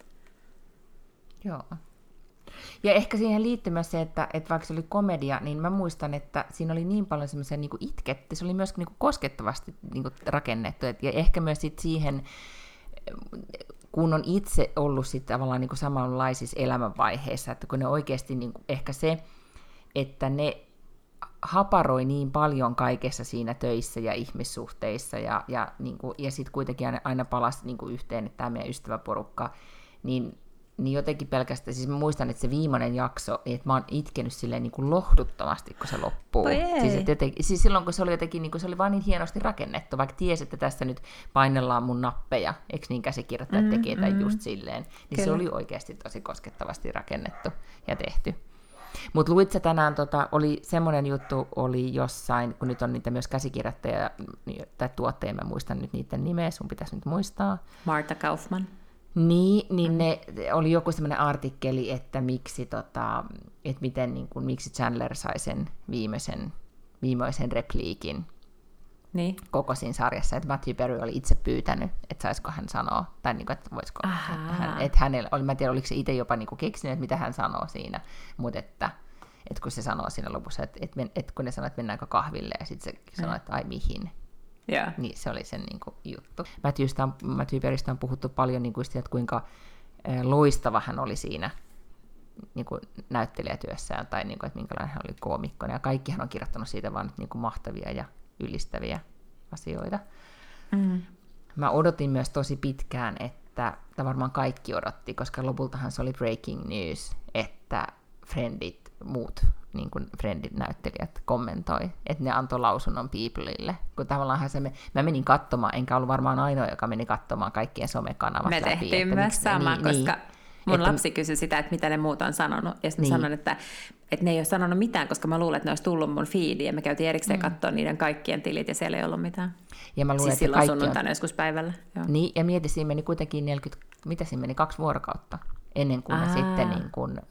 Joo. Ja ehkä siihen liittyy myös se, että vaikka se oli komedia, niin mä muistan, että siinä oli niin paljon semmoisia niin kuin itkettä, se oli myös niin kuin koskettavasti niin kuin rakennettu. Ja ehkä myös sit siihen, kun on itse ollut sit tavallaan niin kuin samanlaisissa elämänvaiheissa, että kun ne oikeasti niin kuin ehkä se, että ne haparoi niin paljon kaikessa siinä töissä ja ihmissuhteissa, ja sitten kuitenkin aina palasi niin kuin yhteen, että tämä meidän ystäväporukka, niin jotenkin pelkästään, siis mä muistan, että se viimeinen jakso, että mä oon itkenyt silleen niin kuin lohduttomasti, kun se loppuu. Siis silloin, kun se oli jotenkin, niin kuin se oli vaan niin hienosti rakennettu, vaikka tiesi, että tässä nyt painellaan mun nappeja, eikö niin käsikirjoittajat tekee tämän just silleen, niin kyllä. Se oli oikeasti tosi koskettavasti rakennettu ja tehty. Mutta luit sä tänään, oli semmoinen juttu, oli jossain, kun nyt on niitä myös käsikirjoittajia tai tuottajia, mä muistan nyt niiden nimeä, sun pitäisi nyt muistaa. Marta Kaufman. Niin ne oli joku semmoinen artikkeli, että miksi, että miten, niin kuin, miksi Chandler sai sen viimeisen repliikin koko siinä sarjassa, että Matthew Perry oli itse pyytänyt, että saisiko hän sanoa, tai niin kuin, että voisiko, että hänellä oli, mä en tiedä, oliko se itse jopa niin kuin keksinyt, että mitä hän sanoo siinä, mutta että että kun se sanoo siinä lopussa, että kun ne sanoo, että mennäänkö kahville, ja sitten se sanoo, että ai mihin. Yeah. Niin se oli sen niin kuin, juttu. Matthew Perrystä on puhuttu paljon niin kuin siitä, että kuinka loistava hän oli siinä niin kuin näyttelijätyössään, tai niin kuin, että minkälainen hän oli koomikkona. Ja kaikkihan on kirjoittanut siitä vaan niin kuin mahtavia ja ylistäviä asioita. Mä odotin myös tosi pitkään, että varmaan kaikki odotti, koska lopultahan se oli breaking news, että muut niin kuin Friendit-näyttelijät kommentoi, että ne antoi lausunnon Peopleille. Kun tavallaan mä menin katsomaan, enkä ollut varmaan ainoa, joka meni katsomaan kaikkien somekanavat läpi. Me tehtiin myös sama, koska mun lapsi kysyi sitä, että mitä ne muut on sanonut. Ja sitten sanon, että ne ei ole sanonut mitään, koska mä luulen, että ne olisi tullut mun feediin. Ja me käytiin erikseen katsoa niiden kaikkien tilit, ja siellä ei ollut mitään. Ja mä luulen, siis silloin sunnuntaina joskus päivällä. Joo. Niin, ja mietin, siinä meni kuitenkin 2 vuorokautta, ennen kuin ne sitten niin kuin,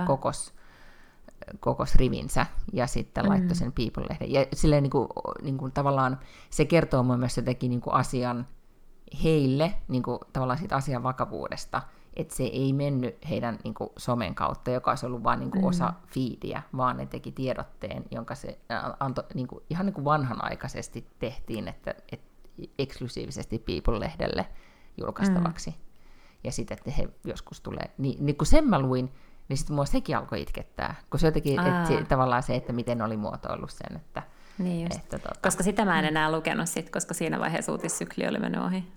kokos rivinsä ja sitten laittoi sen People-lehden. Ja silleen niin kuin tavallaan se kertoo mun mielestä jotenkin niin kuin asian heille, niin kuin tavallaan siitä asian vakavuudesta, että se ei mennyt heidän niin kuin somen kautta, joka olisi ollut vain niin kuin osa feediä, vaan ne teki tiedotteen, jonka se antoi niin kuin, ihan niin kuin vanhanaikaisesti tehtiin, että eksklusiivisesti People-lehdelle julkaistavaksi. Ja sitten, että he joskus tulee. Niin kun sen mä luin, niin sitten mua sekin alkoi itkettää. Kun se jotenkin, tavallaan se, että miten oli muotoillut sen. Että, niin just. Koska sitä mä en enää lukenut sit, koska siinä vaiheessa uutissykli oli mennyt ohi.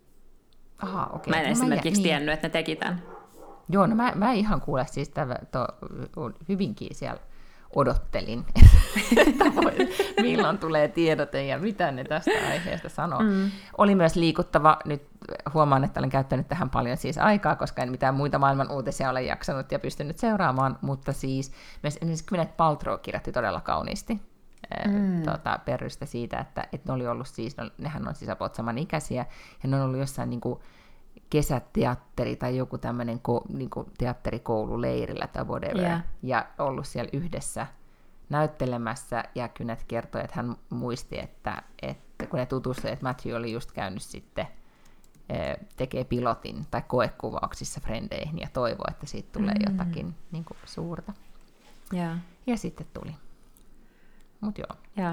Aha, okei. Mä en esimerkiksi tiennyt, että ne teki tämän. Joo, no mä ihan kuule siis hyvinkin siellä odottelin, että milloin tulee tiedote ja mitä ne tästä aiheesta sanoo. Oli myös liikuttava, nyt huomaan, että olen käyttänyt tähän paljon siis aikaa, koska en mitään muita maailman uutisia ole jaksanut ja pystynyt seuraamaan, mutta siis myös esimerkiksi Gwyneth Paltrow kirjoitti todella kauniisti Perrystä siitä, että ne oli ollut siis, nehän on siis about samanikäisiä, ja ne on ollut jossain niin kuin kesäteatteri tai joku tämmöinen niin teatterikoululeirillä tai whatever, ja ollut siellä yhdessä näyttelemässä, ja Gwyneth kertoi, että hän muisti, että kun ne tutustuivat, että Matthew oli just käynyt sitten tekee pilotin tai koekuvauksissa Frendeihin, ja toivoi, että siitä tulee jotakin niin kuin suurta. Ja sitten tuli. Mut joo.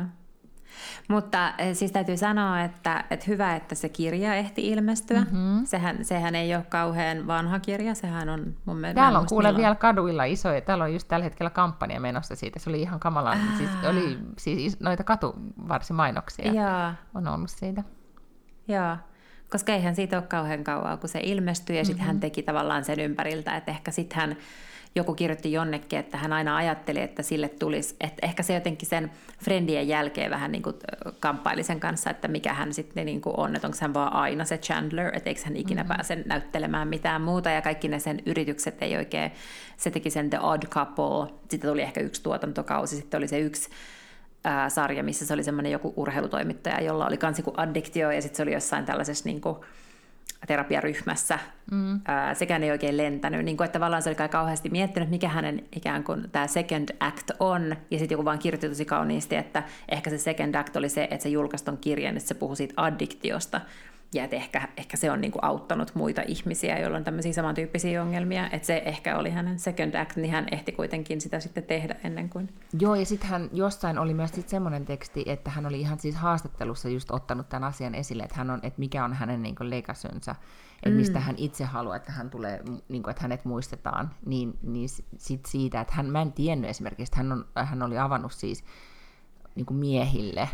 Mutta siis täytyy sanoa, että hyvä, että se kirja ehti ilmestyä. Sehän ei ole kauhean vanha kirja, sehän on mun mielestä... Täällä on kuule vielä kaduilla isoja, täällä on just tällä hetkellä kampanja menossa siitä, se oli ihan kamala, oli siis noita katuvarsimainoksia on ollut siitä. Joo, koska eihän siitä ole kauhean kauan, kun se ilmestyi, ja sitten hän teki tavallaan sen ympäriltä, että ehkä sitten joku kirjoitti jonnekin, että hän aina ajatteli, että sille tulisi, että ehkä se jotenkin sen Friendien jälkeen vähän niin kuin kamppaili sen kanssa, että mikä hän sitten niin kuin on, että onko hän vaan aina se Chandler, että eikö hän ikinä pääse näyttelemään mitään muuta, ja kaikki ne sen yritykset ei oikein, se teki sen The Odd Couple, sitten tuli ehkä 1 tuotantokausi, sitten oli se 1 sarja, missä se oli semmoinen joku urheilutoimittaja, jolla oli kans joku addiktio, ja sitten se oli jossain tällaisessa niin kuin terapiaryhmässä. Sekään ei oikein lentänyt. Niin kuin, että tavallaan se oli kauheasti miettinyt, mikä hänen ikään kuin tämä second act on. Ja sitten joku vaan kirjoitti tosi kauniisti, että ehkä se second act oli se, että se julkaisi ton kirjan, että se puhui siitä addiktiosta. Ja että ehkä se on niin kuin auttanut muita ihmisiä, joilla on tämmöisiä samantyyppisiä ongelmia. Että se ehkä oli hänen second act, niin hän ehti kuitenkin sitä sitten tehdä ennen kuin... Joo, ja sitten hän jossain oli myös sit semmoinen teksti, että hän oli ihan siis haastattelussa just ottanut tämän asian esille, että mikä on hänen niin kuin legacynsä, että mistä hän itse haluaa, että hän tulee, niin kuin, että hänet muistetaan, niin sit siitä, että mä en tiennyt esimerkiksi, että hän oli avannut siis niin kuin miehille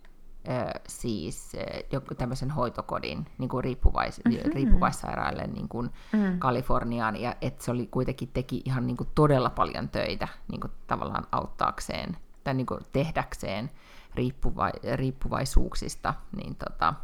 siis joku tämmöisen hoitokodin niin kuin riippuvaissairaille niin kuin Kaliforniaan, ja että se oli kuitenkin teki ihan niin kuin todella paljon töitä niin kuin tavallaan auttaakseen tai niin kuin tehdäkseen riippuvaisuuksista niin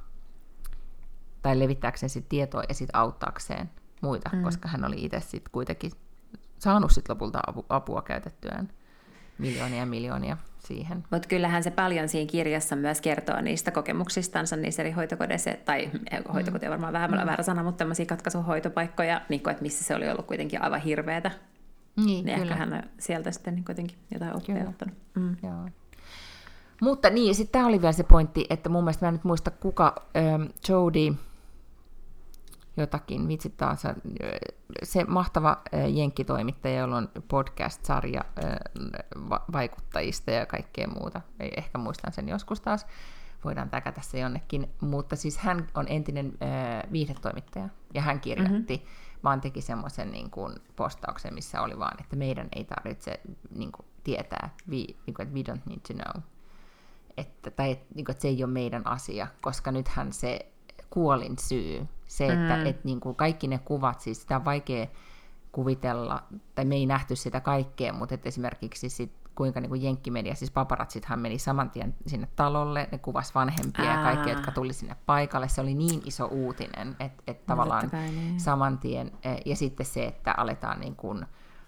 tai levittääkseen sit tietoa ja sitten auttaakseen muita, koska hän oli itse sitten kuitenkin saanut sit lopulta apua käytettyään miljoonia siihen. Mutta kyllähän se paljon siinä kirjassa myös kertoo niistä kokemuksistansa niissä eri hoitokodeissa, tai hoitokoteja varmaan väärä sana, mutta tämmöisiä katkaisuhoitopaikkoja, niin että missä se oli ollut kuitenkin aivan hirveätä. Niin ehkä hän sieltä sitten niin kuitenkin jotain oppia ottanut. Joo. Mutta niin, sitten tämä oli vielä se pointti, että mun mielestä mä en nyt muista kuka Jodie jotakin. Vitsit taas se mahtava jenkkitoimittaja, jolla on podcast-sarja vaikuttajista ja kaikkea muuta. Ehkä muistan sen joskus taas. Voidaan täkätä se jonnekin. Mutta siis hän on entinen viihdetoimittaja ja hän kirjoitti, vaan teki semmoisen niin kuin postauksen, missä oli vaan, että meidän ei tarvitse niin kuin tietää, että we don't need to know. Että se ei ole meidän asia, koska nythän se kuolin syy, se, että niin kuin kaikki ne kuvat, siis sitä on vaikea kuvitella, tai me ei nähty sitä kaikkea, mutta että esimerkiksi sit, kuinka niin kuin jenkkimedia, siis paparazzithan meni saman tien sinne talolle, ne kuvasi vanhempia ja kaikki, jotka tuli sinne paikalle. Se oli niin iso uutinen, että tavallaan saman tien, ja sitten se, että aletaan niin kuin,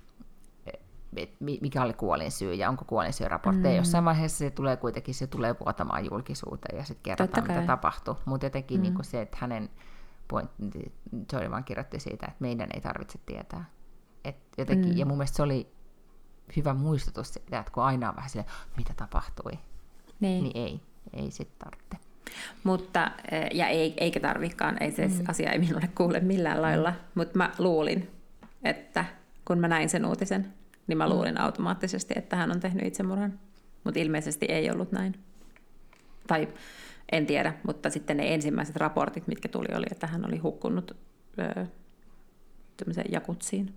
mikä oli kuolinsyy ja onko kuolinsyy-raportteja. Jossain vaiheessa se tulee kuitenkin, se tulee vuotamaan julkisuuteen ja sitten kerrotaan, mitä tapahtui. Mutta jotenkin niin kuin se, että hänen pointti, Joy vaan kirjoitti siitä, että meidän ei tarvitse tietää. Jotenkin, ja mun mielestä se oli hyvä muistutus siitä, että kun aina on vähän silleen, mitä tapahtui, niin ei sitten tarvitse. Mutta, ja eikä tarvikaan, ei se asia ei minulle kuule millään lailla, mutta mä luulin, että kun mä näin sen uutisen, niin mä luulin automaattisesti, että hän on tehnyt itsemurhan. Mutta ilmeisesti ei ollut näin. Tai en tiedä, mutta sitten ne ensimmäiset raportit, mitkä tuli, oli, että hän oli hukkunut tämmöiseen jakutsiin.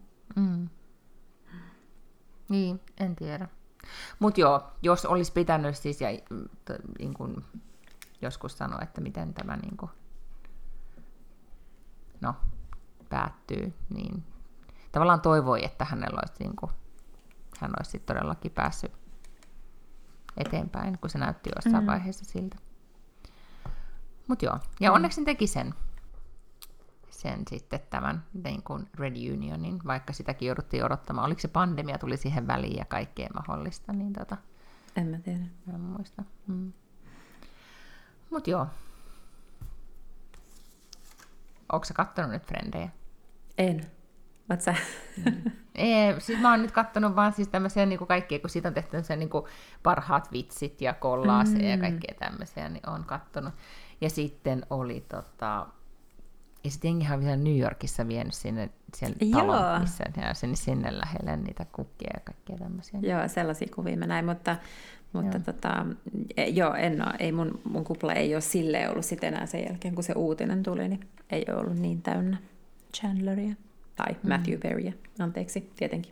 Niin, en tiedä. Mutta joo, jos olisi pitänyt siis, ja niin kun joskus sanoa, että miten tämä niin kun, päättyy, niin tavallaan toivoi, että hänellä olisi niin kun, hän olisi todellakin päässyt eteenpäin, kun se näytti jossain vaiheessa siltä. Mutta joo, ja onneksi teki sen sitten tämän niin kuin reunionin, vaikka sitäkin jouduttiin odottamaan. Oliko se pandemia, tuli siihen väliin ja kaikkea mahdollista, niin en mä tiedä. En muista. Mut joo. Ootko sä kattonut nyt Frendejä? En. Oot sä? Ei, siis mä oon nyt kattonut vaan siis tämmöisiä niin kuin kaikkia, kun siitä on tehty niin kuin parhaat vitsit ja kollaaseja ja kaikkea tämmöisiä, niin oon kattonut. Ja sitten oli ja sitten jengihän on vielä New Yorkissa vienyt sinne talon, missä sinne lähelle niitä kukkia ja kaikkia tämmöisiä. Joo, sellaisia kuvia mä näin, mutta ei mun kupla ei ole silleen ollut sit enää sen jälkeen, kun se uutinen tuli, niin ei ole ollut niin täynnä Chandleria tai Matthew Perryä, anteeksi, tietenkin.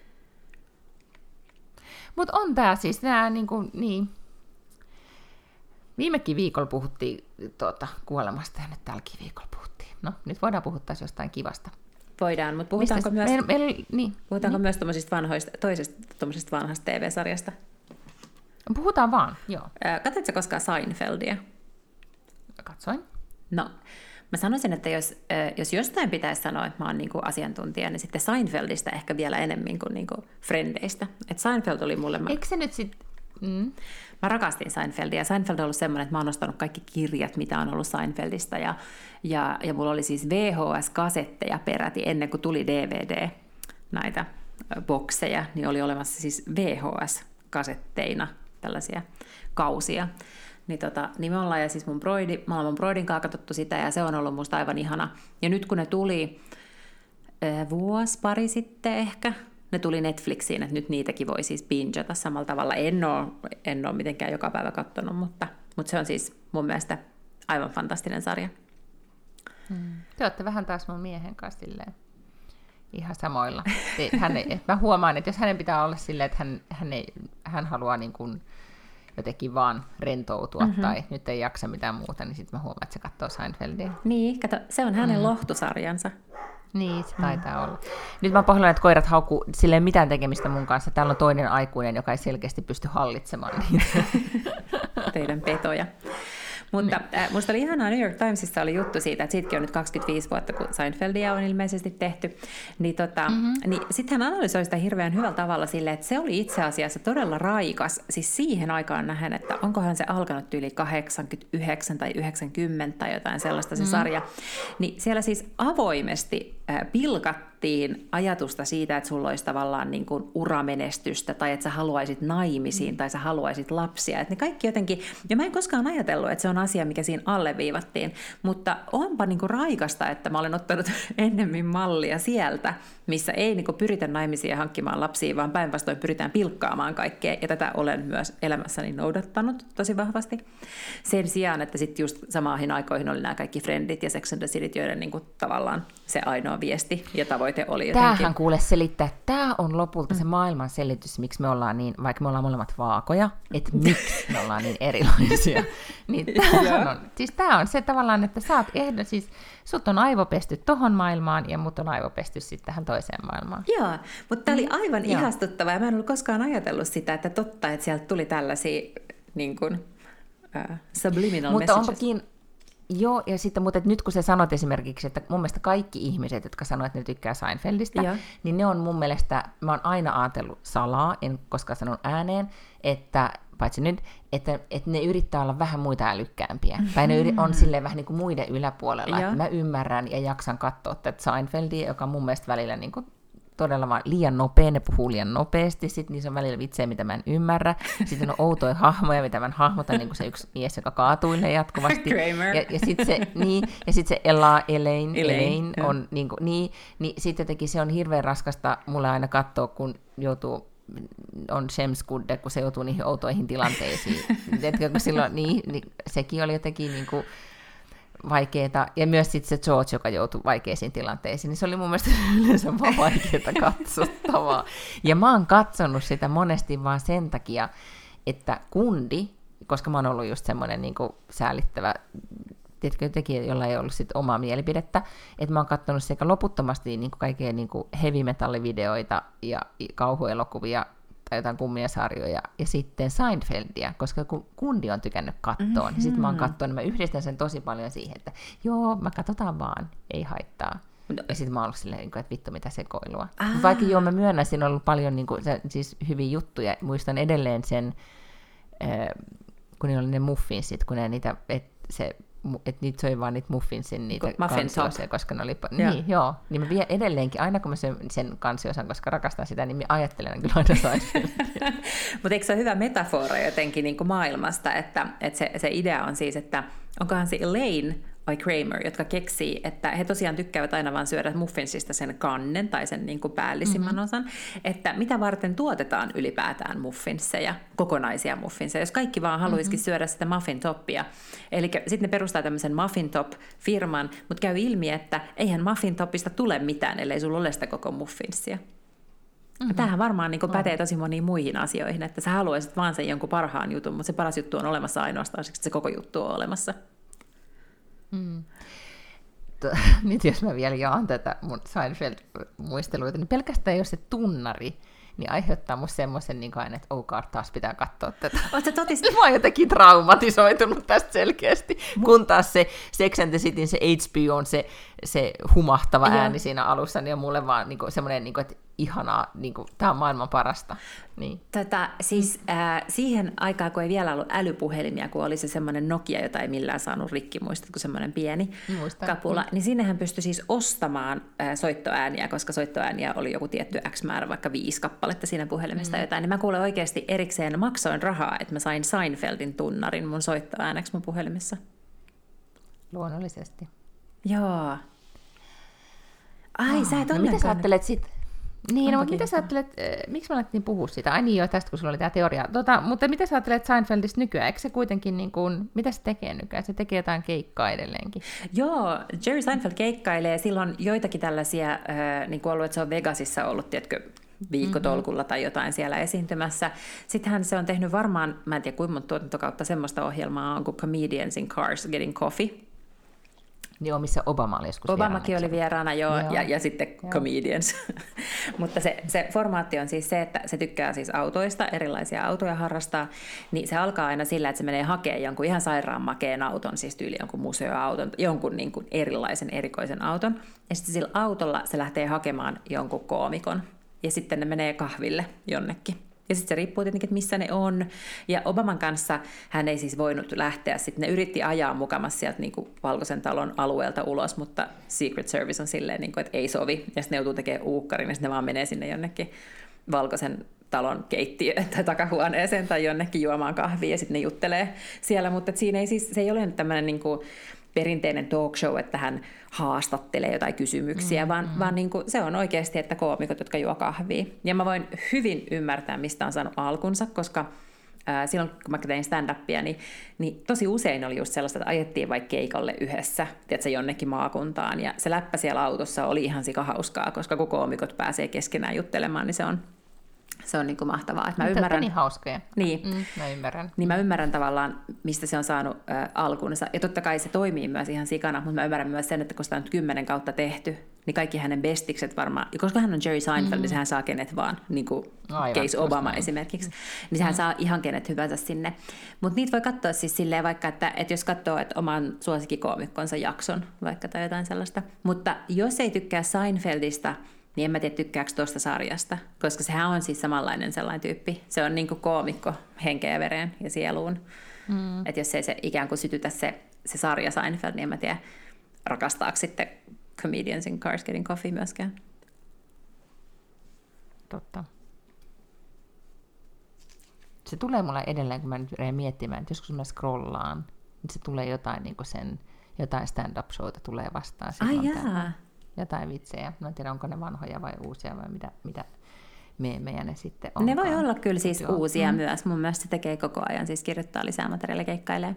Mutta on tää siis nää niin. Viimekin viikolla puhuttiin kuolemasta ja nyt tälläkin viikolla puhuttiin. No, nyt voidaan puhua taas jostain kivasta. Voidaan, mutta puhutaanko myös toisesta vanhasta TV-sarjasta? Puhutaan vaan, joo. Katsoitko koskaan Seinfeldia? Katsoin. No, mä sanoisin, että jos jostain pitäisi sanoa, että mä oon niinku asiantuntija, niin sitten Seinfeldistä ehkä vielä enemmän kuin niinku Frendeistä. Et Seinfeld oli mulle... Eikö se nyt sitten... Mä rakastin Seinfeldia. Seinfeld on ollut semmoinen, että mä oon ostanut kaikki kirjat, mitä on ollut Seinfeldistä. Ja mulla oli siis VHS-kasetteja peräti ennen kuin tuli DVD, näitä bokseja, niin oli olemassa siis VHS-kasetteina tällaisia kausia. Niin me ollaan, ja siis me ollaan mun broidin kanssa katsottu sitä, ja se on ollut musta aivan ihana. Ja nyt kun ne tuli pari sitten ehkä, ne tuli Netflixiin, että nyt niitäkin voi siis bingata samalla tavalla. En ole mitenkään joka päivä katsonut, mutta se on siis mun mielestä aivan fantastinen sarja. Te olette vähän taas mun miehen kanssa silleen ihan samoilla. Mä huomaan, että jos hänen pitää olla silleen, että hän haluaa niin kuin jotenkin vaan rentoutua tai nyt ei jaksa mitään muuta, niin sitten mä huomaan, että se katsoo Seinfeldia. Niin, kato, se on hänen lohtusarjansa. Niin, se taitaa olla. Nyt mä pahoillani, että koirat haukkuu silleen mitään tekemistä mun kanssa. Täällä on toinen aikuinen, joka ei selkeästi pysty hallitsemaan niitä. Teidän petoja. Mutta musta oli ihanaa, New York Timesissa oli juttu siitä, että siitäkin on nyt 25 vuotta, kun Seinfeldia on ilmeisesti tehty. Niin, niin sitten hän analysoi sitä hirveän hyvällä tavalla silleen, että se oli itse asiassa todella raikas, siis siihen aikaan nähen, että onkohan se alkanut yli 89 tai 90 tai jotain sellaista se sarja. Niin siellä siis avoimesti pilkattiin leikattiin ajatusta siitä, että sulla olisi tavallaan niin kuin uramenestystä tai että sä haluaisit naimisiin tai sä haluaisit lapsia. Että ne kaikki jotenkin, ja mä en koskaan ajatellut, että se on asia, mikä siinä alleviivattiin, mutta onpa niin kuin raikasta, että mä olen ottanut ennemmin mallia sieltä, missä ei niin kuin pyritä naimisiin ja hankkimaan lapsia, vaan päinvastoin pyritään pilkkaamaan kaikkea, ja tätä olen myös elämässäni noudattanut tosi vahvasti. Sen sijaan, että sitten just samaihin aikoihin oli nämä kaikki Friendit ja Sex and the Cityt, joiden niin kuin tavallaan se ainoa viesti ja tavoite oli jotenkin. Tämähän kuule selittää, tämä on lopulta se maailman selitys, miksi me ollaan niin, vaikka me ollaan molemmat vaakoja, että miksi me ollaan niin erilaisia. Niin tämä on se tavallaan, että sä oot siis sut on aivopesty tohon maailmaan ja mut on aivopesty sitten tähän toiseen maailmaan. Joo, mutta tämä oli aivan ihastuttavaa ja mä en ollut koskaan ajatellut sitä, että totta, että sieltä tuli tällaisia niin kuin, subliminal mutta messages. Onpakin, joo, ja sitten, mutta nyt kun sä sanot esimerkiksi, että mun mielestä kaikki ihmiset, jotka sanoo, että ne tykkää Seinfeldistä, niin ne on mun mielestä, mä oon aina ajatellut salaa, en koskaan sanonut ääneen, että paitsi nyt, että ne yrittää olla vähän muita älykkäämpiä. Tai ne on silleen vähän niin kuin muiden yläpuolella. Että mä ymmärrän ja jaksan katsoa tätä Seinfeldia, joka on mun mielestä välillä niin kuin todella vaan liian nopea, ne puhuu liian nopeasti, sitten niissä on välillä vitsejä, mitä mä en ymmärrä. Sitten on outoja hahmoja, mitä mä en hahmota, niin kuin se yksi mies, joka kaatuilee jatkuvasti. Ja sitten se, se Elaine on niin sitten jotenkin se on hirveän raskasta mulle aina katsoa, kun joutuu on Shemskudde, kun se joutuu niihin outoihin tilanteisiin. Silloin, niin sekin oli jotenkin niin kuin vaikeeta. Ja myös sitten se George, joka joutui vaikeisiin tilanteisiin, niin se oli mun mielestä yleensä vaan vaikeaa katsottavaa. Ja mä oon katsonut sitä monesti vaan sen takia, että kundi, koska mä oon ollut just semmoinen niin kuin säälittävä tekijä, jolla ei ollut sit omaa mielipidettä, että mä oon katsonut sekä loputtomasti niin kuin kaikkea niin kuin heavy metallivideoita ja kauhuelokuvia tai jotain kummiasarjoja, ja sitten Seinfeldia, koska kun kundi on tykännyt katsoa, niin sitten mä oon katsonut, mä yhdistän sen tosi paljon siihen, että joo, mä katsotaan vaan, ei haittaa. Ja sitten mä oon ollut silleen, että vittu mitä sekoilua. Vaikka joo, mä myönnän, siinä on ollut paljon niin kuin, siis hyviä juttuja. Muistan edelleen sen, kun niillä oli ne muffinsit, kun ne niitä, että niitä söi vaan niitä muffinsin, niitä kansiosia, koska ne oli... Niin mä edelleenkin, aina kun mä söin sen kansiosan, koska rakastan sitä, niin mä ajattelen kyllä aina Seinfeldia. Mutta eikö se ole hyvä metafora jotenkin niin kuin maailmasta, että se idea on siis, että onkohan se Elaine vai Kramer, jotka keksii, että he tosiaan tykkäävät aina vaan syödä muffinsista sen kannen tai sen niin kuin päällisimmän osan, että mitä varten tuotetaan ylipäätään muffinsseja, kokonaisia muffinsseja, jos kaikki vaan haluaisikin syödä sitä muffin toppia. Eli sitten ne perustaa tämmöisen muffin top-firman, mutta käy ilmi, että eihän muffin topista tule mitään, ellei sulla ole sitä koko muffinssia. Tämähän varmaan niin kuin pätee tosi moniin muihin asioihin, että sä haluaisit vaan sen jonkun parhaan jutun, mutta se paras juttu on olemassa ainoastaan, siksi se koko juttu on olemassa. Nyt jos mä vielä jaan tätä mun Seinfeld-muisteluita, niin pelkästään jos se tunnari, niin aiheuttaa musta semmoisen, niin aina, että oh god, taas pitää katsoa tätä. Mä oon jotenkin traumatisoitunut tästä selkeästi, kun taas se Sex and the Cityn, se HBO on se humahtava ääni siinä alussa, niin on mulle vaan niin semmoinen, niin että ihanaa, niin tämä on maailman parasta. Niin. Siihen aikaan, kun ei vielä ollut älypuhelimia, kun oli se semmoinen Nokia, jota ei millään saanut rikki, muistatko semmoinen pieni kapula, niin sinnehän pystyi siis ostamaan soittoääniä, koska soittoääniä oli joku tietty X määrä, vaikka 5 kappaletta siinä puhelimesta jotain, niin mä kuulen oikeasti erikseen maksoin rahaa, että mä sain Seinfeldin tunnarin mun soittoääneksi mun puhelimessa. Luonnollisesti. Joo. Ai, sä et mitä sä ajattelet sitten? Niin, mutta mitä sä ajattelet, miksi mä alettiin puhua siitä? Ai niin joo, tästä kun sulla oli tämä teoria. Mutta mitä sä ajattelet Seinfeldistä nykyään? Eikö se kuitenkin, niin kuin, mitä se tekee nykyään? Se tekee jotain keikkaa edelleenkin. Joo, Jerry Seinfeld keikkailee. Silloin joitakin tällaisia, niin kuin ollut, että se on Vegasissa ollut, tiedätkö, viikkotolkulla tai jotain siellä esiintymässä. Sittenhän se on tehnyt varmaan, mä en tiedä kuinka monta tuotantokautta semmoista ohjelmaa on kuin Comedians in Cars Getting Coffee. Joo, missä Obama oli joskus Obamakin oli vieraana, joo. Ja sitten Comedians. Mutta se formaatti on siis se, että se tykkää siis autoista, erilaisia autoja harrastaa, niin se alkaa aina sillä, että se menee hakemaan jonkun ihan sairaan makeen auton, siis tyyli jonkun museoauton, jonkun niin kuin erilaisen, erikoisen auton. Ja sitten sillä autolla se lähtee hakemaan jonkun koomikon. Ja sitten ne menee kahville jonnekin. Ja sitten se riippuu tietenkin, että missä ne on. Ja Obaman kanssa hän ei siis voinut lähteä. Sitten ne yritti ajaa mukamassa sieltä niin kuin Valkoisen talon alueelta ulos, mutta Secret Service on silleen, niin kuin, että ei sovi. Ja sitten ne joutuu tekemään uukkarin, ja sitten ne vaan menee sinne jonnekin Valkoisen talon keittiöön tai takahuoneeseen tai jonnekin juomaan kahvia, ja sitten ne juttelee siellä. Mutta siinä ei siis, se ei ole tämmöinen niin kuin perinteinen talk show, että hän haastattelee jotain kysymyksiä, vaan niin kuin se on oikeasti, että koomikot, jotka juo kahvia. Ja mä voin hyvin ymmärtää, mistä on saanut alkunsa, koska silloin, kun mä tein stand-upia, niin tosi usein oli just sellaista, että ajettiin vaikka keikalle yhdessä, tiedätkö, jonnekin maakuntaan, ja se läppä siellä autossa oli ihan sikahauskaa, koska kun koomikot pääsee keskenään juttelemaan, niin se on niin kuin mahtavaa. Että mä ymmärrän, niin hauskoja. Niin, mä ymmärrän. Niin mä ymmärrän tavallaan, mistä se on saanut alkunsa. Ja totta kai se toimii myös ihan sikana, mutta mä ymmärrän myös sen, että kun sitä on 10 kautta tehty, niin kaikki hänen bestikset varmaan, koska hän on Jerry Seinfeld, niin sehän saa kenet vaan, niin kuin Case Obama esimerkiksi, niin sehän saa ihan kenet hyvänsä sinne. Mutta niitä voi katsoa siis silleen vaikka, että jos katsoo että oman suosikkikoomikkonsa jakson vaikka tai jotain sellaista. Mutta jos ei tykkää Seinfeldista, niin en mä tiedä tykkääkö tuosta sarjasta, koska sehän on siis samanlainen sellainen tyyppi. Se on niin kuin koomikko henkeä, vereen ja sieluun. Että jos ei se ikään kuin sytytä se sarja Seinfeld, niin en mä tiedä rakastaako sitten Comedians in Cars Getting Coffee myöskään. Totta. Se tulee mulle edelleen, kun mä nyt miettimään, että joskus mä scrollaan, niin se tulee jotain, niin kuin jotain stand-up-showta tulee vastaan. Ai jaa. Jotain vitsejä. Mä en tiedä, onko ne vanhoja vai uusia vai mitä meemejä ne sitten on. Ne voi olla kyllä siis uusia myös. Mun mielestä se tekee koko ajan, siis kirjoittaa lisää materiaalia, keikkailee.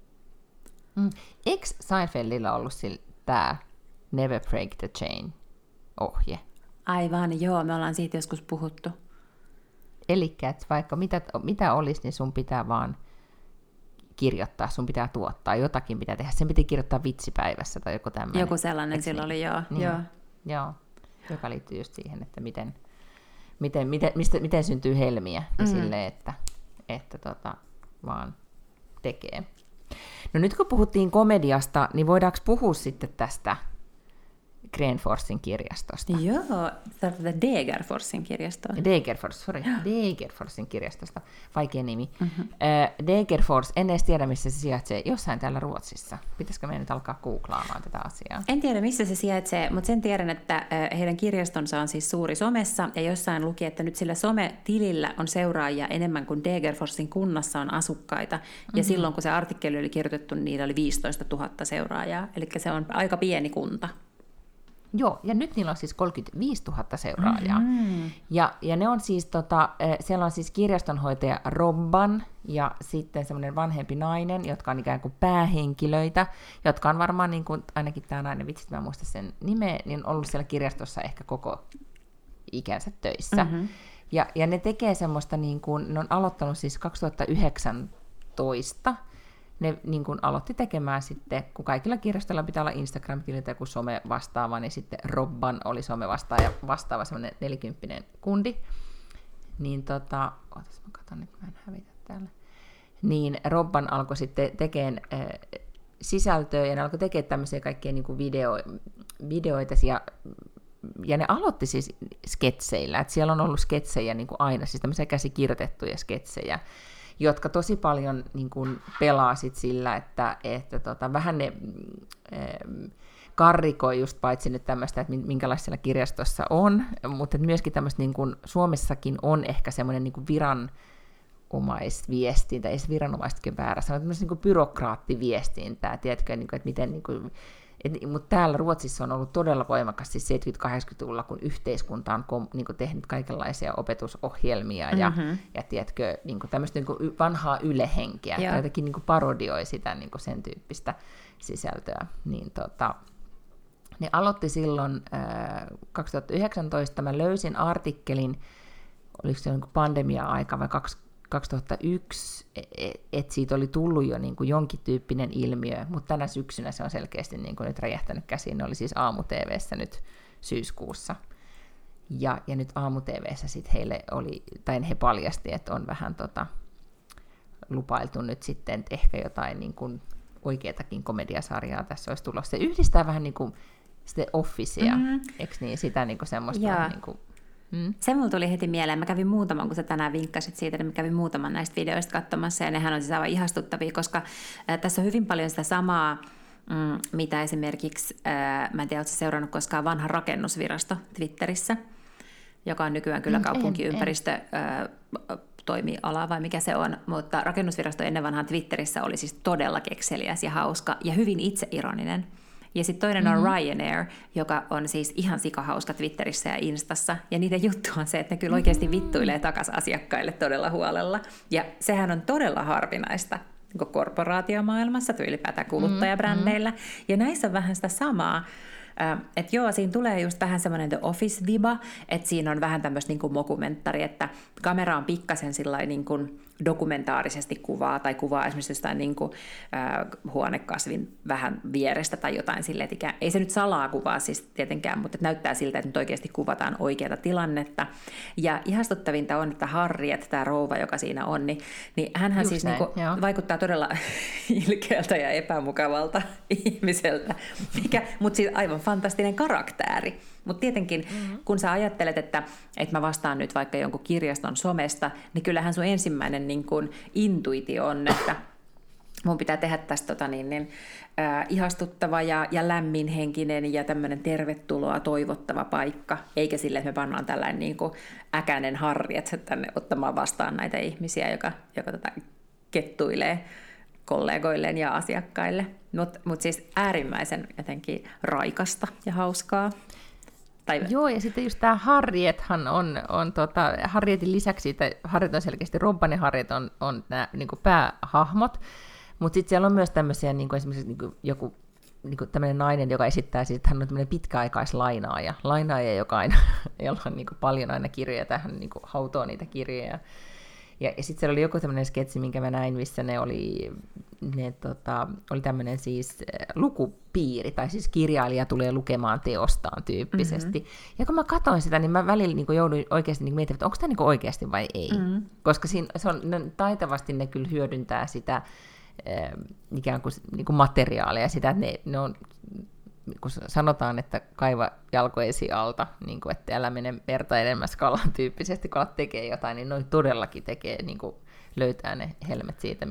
Eikö Seinfeldillä ollut tämä Never Break the Chain -ohje? Aivan, joo, me ollaan siitä joskus puhuttu. Elikkä, että vaikka mitä olisi, niin sun pitää vaan kirjoittaa, sun pitää tuottaa, jotakin pitää tehdä. Sen piti kirjoittaa vitsipäivässä tai joku tämmöinen. Joku sellainen silloin oli, joo. Niin, joo. Joka liittyy just siihen, että miten syntyy helmiä ja silleen, että vaan tekee. No nyt kun puhuttiin komediasta, niin voidaanko puhua sitten tästä Grenforsin kirjastosta? Joo, tätä Degerforsin kirjastoa. Degerforsin kirjastosta. Vaikea nimi. Degerfors, en edes tiedä, missä se sijaitsee. Jossain täällä Ruotsissa. Pitäisikö meidän nyt alkaa googlaamaan tätä asiaa? En tiedä, missä se sijaitsee, mutta sen tiedän, että heidän kirjastonsa on siis suuri somessa, ja jossain luki, että nyt sillä sometilillä on seuraajia enemmän kuin Degerforsin kunnassa on asukkaita. Ja silloin, kun se artikkeli oli kirjoitettu, niin niillä oli 15 000 seuraajaa. Eli se on aika pieni kunta. Joo, ja nyt niillä on siis 35 000 seuraajaa. Ja ne on siis, siellä on siis kirjastonhoitaja Robban ja sitten semmoinen vanhempi nainen, jotka on ikään kuin päähenkilöitä, jotka on varmaan, niin kuin, ainakin tämä nainen, vitsit mä en muista sen nimeä, niin on ollut siellä kirjastossa ehkä koko ikänsä töissä. Ja ne tekee semmoista, niin kuin, ne on aloittanut siis 2019, ne niin kuin aloitti tekemään sitten, kun kaikilla kirjastoilla pitää olla Instagram-tililtä joku some vastaava, niin sitten Robban oli some vastaava semmoinen 40 kundi. Niin ootas mä katson, että mä en hävitä täällä. Niin Robban alkoi sitten tekemään sisältöä, ja ne alkoi tekemään tämmöisiä kaikkia niin kuin videoita, ja ne aloitti siis sketseillä, että siellä on ollut sketsejä niin kuin aina, siis tämmöisiä käsikirjoitettuja sketsejä, jotka tosi paljon niin kuin pelaa sit sillä, että vähän ne karrikoi just paitsi nyt tämmöistä, että minkälaista siellä kirjastossa on, mutta myöskin tämmöistä niin kuin Suomessakin on ehkä semmoinen niin kuin viranomaisviestintä, ei se viranomaistakin väärä sanoa, tämmöistä niin kuin byrokraattiviestintää, tiedätkö, niin kuin, että miten niin kuin, mutta täällä Ruotsissa on ollut todella voimakas siis 70-80-luvulla, kun yhteiskunta on niin kuin tehnyt kaikenlaisia opetusohjelmia ja tiedätkö, niin kuin tämmöistä niin kuin vanhaa ylehenkeä, tai jotenkin niin kuin parodioi sitä niin kuin sen tyyppistä sisältöä. Niin ne aloitti silloin 2019, mä löysin artikkelin, oliko se niin kuin pandemia-aika vai 2001, että siitä oli tullut jo niin kuin jonkin tyyppinen ilmiö, mutta tänä syksynä se on selkeästi niin kuin nyt räjähtänyt käsiin. Ne oli siis aamu-tv:ssä nyt syyskuussa. Ja nyt aamu-tv:ssä sitten heille oli, tai he paljasti, että on vähän lupailtu nyt sitten, että ehkä jotain niin kuin oikeatakin komediasarjaa tässä olisi tulossa. Se yhdistää vähän niin kuin sitten Officea, eikö niin, sitä niin kuin semmoista niin kuin Se mulla tuli heti mieleen. Mä kävin muutaman, kun sä tänään vinkkasit siitä, niin mä kävin muutaman näistä videoista katsomassa, ja nehän on siis aivan ihastuttavia, koska tässä on hyvin paljon sitä samaa, mitä esimerkiksi, mä en tiedä, ootko seurannut koskaan Vanha rakennusvirasto Twitterissä, joka on nykyään kyllä kaupunkiympäristö toimiala vai mikä se on, mutta rakennusvirasto ennen vanhaan Twitterissä oli siis todella kekseliäs ja hauska ja hyvin itseironinen. Ja sitten toinen on Ryanair, joka on siis ihan sikahauska Twitterissä ja Instassa. Ja niiden juttu on se, että ne kyllä oikeasti vittuilee takaisin asiakkaille todella huolella. Ja sehän on todella harvinaista korporaatiomaailmassa tai ylipäätään kuluttajabrändeillä. Ja näissä on vähän sitä samaa. Että joo, siinä tulee just vähän semmoinen The Office-viba, että siinä on vähän tämmöistä niin kuin mokumenttari, että kamera on pikkasen sillain niin kuin dokumentaarisesti kuvaa tai kuvaa esimerkiksi jostain niin kuin, huonekasvin vähän vierestä tai jotain silleen, että ei se nyt salaa kuvaa siis tietenkään, mutta näyttää siltä, että nyt oikeasti kuvataan oikeaa tilannetta. Ja ihastuttavinta on, että Harriet, tämä rouva, joka siinä on, niin hänhän siis niin kuin vaikuttaa todella ilkeältä ja epämukavalta ihmiseltä, mutta siis aivan fantastinen karaktääri. Mutta tietenkin, kun sä ajattelet, että mä vastaan nyt vaikka jonkun kirjaston somesta, niin kyllähän sun ensimmäinen niin kun intuitio on, että mun pitää tehdä tästä ihastuttava ja lämminhenkinen ja tämmöinen tervetuloa toivottava paikka, eikä sille, että me pannaan tällainen niin kuin äkäinen Harriet tänne ottamaan vastaan näitä ihmisiä, joka kettuilee kollegoilleen ja asiakkaille. Mut siis äärimmäisen jotenkin raikasta ja hauskaa. Joo, ja sitten just tämä Harriethan on Harrietin lisäksi, Harriet on selkeästi Robban ja Harriet on nämä niin päähahmot, mutta sitten siellä on myös tämmöisiä, niin esimerkiksi joku tämmöinen nainen, joka esittää, että hän on tämmöinen pitkäaikaislainaaja, jolla on niin paljon aina kirjoja, tähän niin hautoo niitä kirjoja. Ja sitten siellä oli joku tämmöinen sketsi, minkä mä näin, missä oli tämmöinen siis lukupiiri, tai siis kirjailija tulee lukemaan teostaan tyyppisesti. Ja kun mä katsoin sitä, niin mä välillä niin jouduin oikeasti niin miettimään, että onko tämä niin oikeasti vai ei. Koska taitavasti ne kyllä hyödyntää sitä ikään kuin, materiaalia, sitä, että ne on, kun sanotaan, että kaiva jalkoesi alta, niin kuin, että älä mene verta edemmäs kalan tyyppisesti, kun alat tekee jotain, niin noi todellakin tekee, niin kuin löytää ne helmet siitä,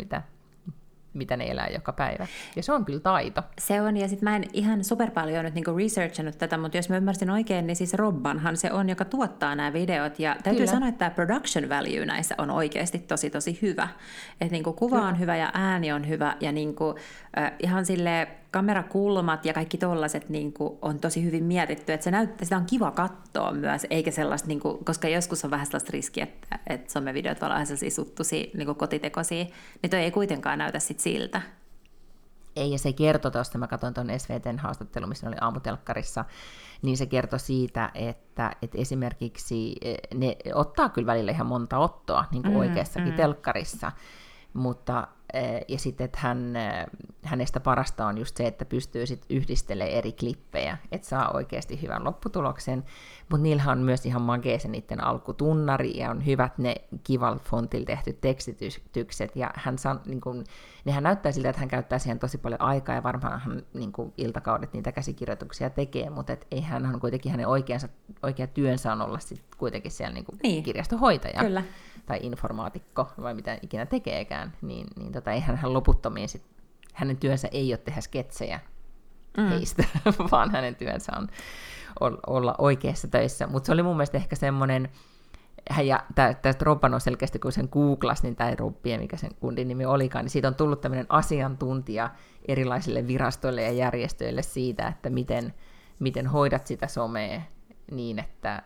mitä ne elää joka päivä. Ja se on kyllä taito. Se on, ja sitten mä en ihan super paljon nyt niinku researchannut tätä, mutta jos mä ymmärsin oikein, niin siis Robbanhan se on, joka tuottaa nämä videot, ja täytyy sanoa, että tämä production value näissä on oikeasti tosi tosi hyvä. Että niinku kuva on hyvä ja ääni on hyvä, ja niinku, ihan sille kamerakulmat ja kaikki tollaset niinku on tosi hyvin mietitty, että se näyttää, sitä on kiva katsoa myös, eikä sellaista, niinku, koska joskus on vähän sellaista riskiä, että somevideot on sellaisia suttuisia, niinku kotitekoisia, niin toi ei kuitenkaan näytä sit siltä. Ei, ja se kertoi tuosta, mä katsoin tuon SVT:n haastattelun, missä oli aamutelkkarissa, niin se kertoi siitä, että esimerkiksi ne ottaa kyllä välillä ihan monta ottoa, niin kuin oikeassakin telkkarissa, mutta ja sitten, että hänestä parasta on just se, että pystyy sitten yhdistelemään eri klippejä, että saa oikeasti hyvän lopputuloksen, mutta niillähän on myös ihan magee se niiden alkutunnari, ja on hyvät ne kivalla fontilla tehtyt tekstitykset, ja nehän näyttää siltä, että hän käyttää siihen tosi paljon aikaa, ja varmaan hän niin kuin iltakaudet niitä käsikirjoituksia tekee, mutta eihän hän kuitenkin hänen oikea työnsä on olla sitten kuitenkin siellä niin kirjastohoitaja. Kyllä. Tai informaatikko, vai mitä ikinä tekeekään, niin eihän hän loputtomiin hänen työnsä ei ole tehdä sketsejä heistä, vaan hänen työnsä on olla oikeassa töissä. Mutta se oli mun mielestä ehkä semmoinen, ja tästä Robban on selkeästi, kun sen googlasi, niin tämä ei Robbie, mikä sen kundin nimi olikaan, niin siitä on tullut tämmöinen asiantuntija erilaisille virastoille ja järjestöille siitä, että miten hoidat sitä somea niin, että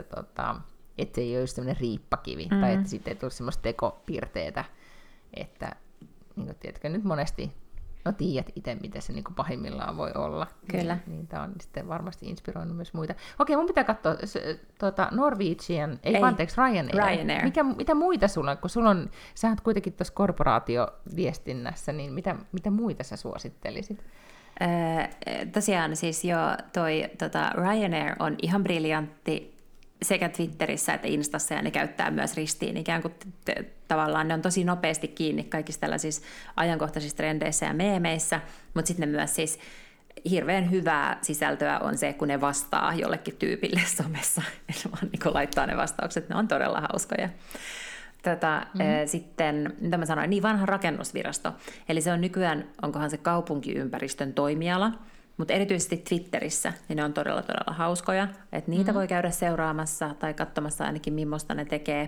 se ei ole just sellainen riippakivi, tai että sitten ei tule semmoista tekopiirteitä, että niin tiedätkö nyt monesti, tiedät itse, miten se niin pahimmillaan voi olla. Kyllä. Niin tämä on sitten varmasti inspiroinut myös muita. Okei, mun pitää katsoa Norwegian, Ryanair. Mitä muita sulla on, kun sä oot kuitenkin tuossa korporaatioviestinnässä, niin mitä muita sä suosittelisit? Tosiaan siis jo toi Ryanair on ihan briljantti, sekä Twitterissä että Instassa, ja ne käyttää myös ristiin ikään kuin tavallaan ne on tosi nopeasti kiinni kaikissa tällaisissa ajankohtaisissa trendeissä ja meemeissä, mutta sitten ne myös siis hirveän hyvää sisältöä on se, kun ne vastaa jollekin tyypille somessa. Ne vaan niin laittaa ne vastaukset, ne on todella hauskoja. Sitten, mitä mä sanoin, niin vanha rakennusvirasto. Eli se on nykyään, onkohan se kaupunkiympäristön toimiala, mutta erityisesti Twitterissä, niin ne on todella, todella hauskoja. Että niitä voi käydä seuraamassa tai katsomassa ainakin, millaista ne tekee.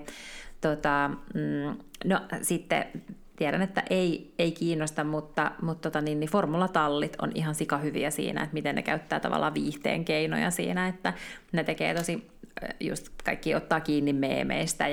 No sitten tiedän, että ei kiinnosta, mutta niin formulatallit on ihan sikahyviä siinä, että miten ne käyttää tavallaan viihteen keinoja siinä, että ne tekee tosi, just kaikki ottaa kiinni meemeistä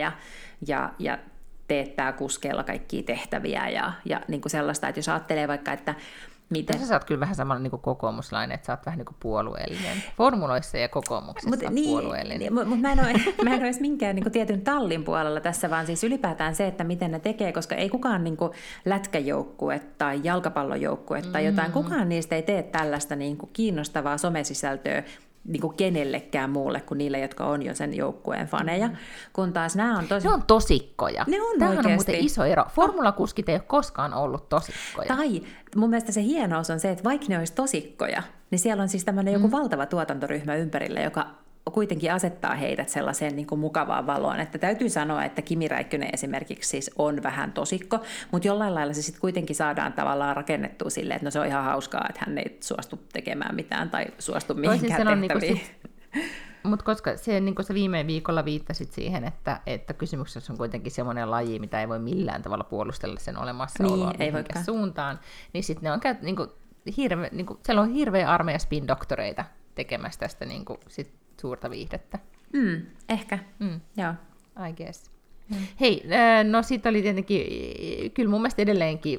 ja teettää kuskeilla kaikkia tehtäviä ja niin kuin sellaista, että jos ajattelee vaikka, että miten... Sä oot kyllä vähän samalla niin kuin kokoomuslainen, että sä oot vähän niin kuin puolueellinen. Formuloissa ja kokoomuksessa oot puolueellinen. Mutta mä en ole edes minkään niin kuin tietyn tallin puolella tässä, vaan siis ylipäätään se, että miten ne tekee, koska ei kukaan niin kuin lätkäjoukkue tai jalkapallojoukkue tai jotain, kukaan niistä ei tee tällaista niin kuin kiinnostavaa somesisältöä niin kuin kenellekään muulle kuin niille, jotka on jo sen joukkueen faneja, kun taas nämä on tosi... Ne on tosikkoja. Ne on Tämähän oikeasti. on muuten iso ero. Formulakuskit ei ole koskaan ollut tosikkoja. Tai mun mielestä se hienous on se, että vaikka ne olisi tosikkoja, niin siellä on siis tämmöinen joku valtava tuotantoryhmä ympärillä, joka kuitenkin asettaa heidät sellaiseen niin kuin mukavaan valoon. Että täytyy sanoa, että Kimi Räikkönen esimerkiksi siis on vähän tosikko, mutta jollain lailla se sitten kuitenkin saadaan tavallaan rakennettua silleen, että no se on ihan hauskaa, että hän ei suostu tekemään mitään tai suostu mihinkään tehtäviin. Mutta koska se, niin kuin sä viime viikolla viittasit siihen, että kysymyksessä on kuitenkin semmoinen laji, mitä ei voi millään tavalla puolustella sen olemassaoloa mihinkään suuntaan, niin sitten ne on siellä on hirveä armeija spin-doktoreita tekemässä tästä niin kuin, suurta viihdettä. Ehkä, joo. I guess. Hei, no siitä oli tietenkin, kyllä mun mielestä edelleenkin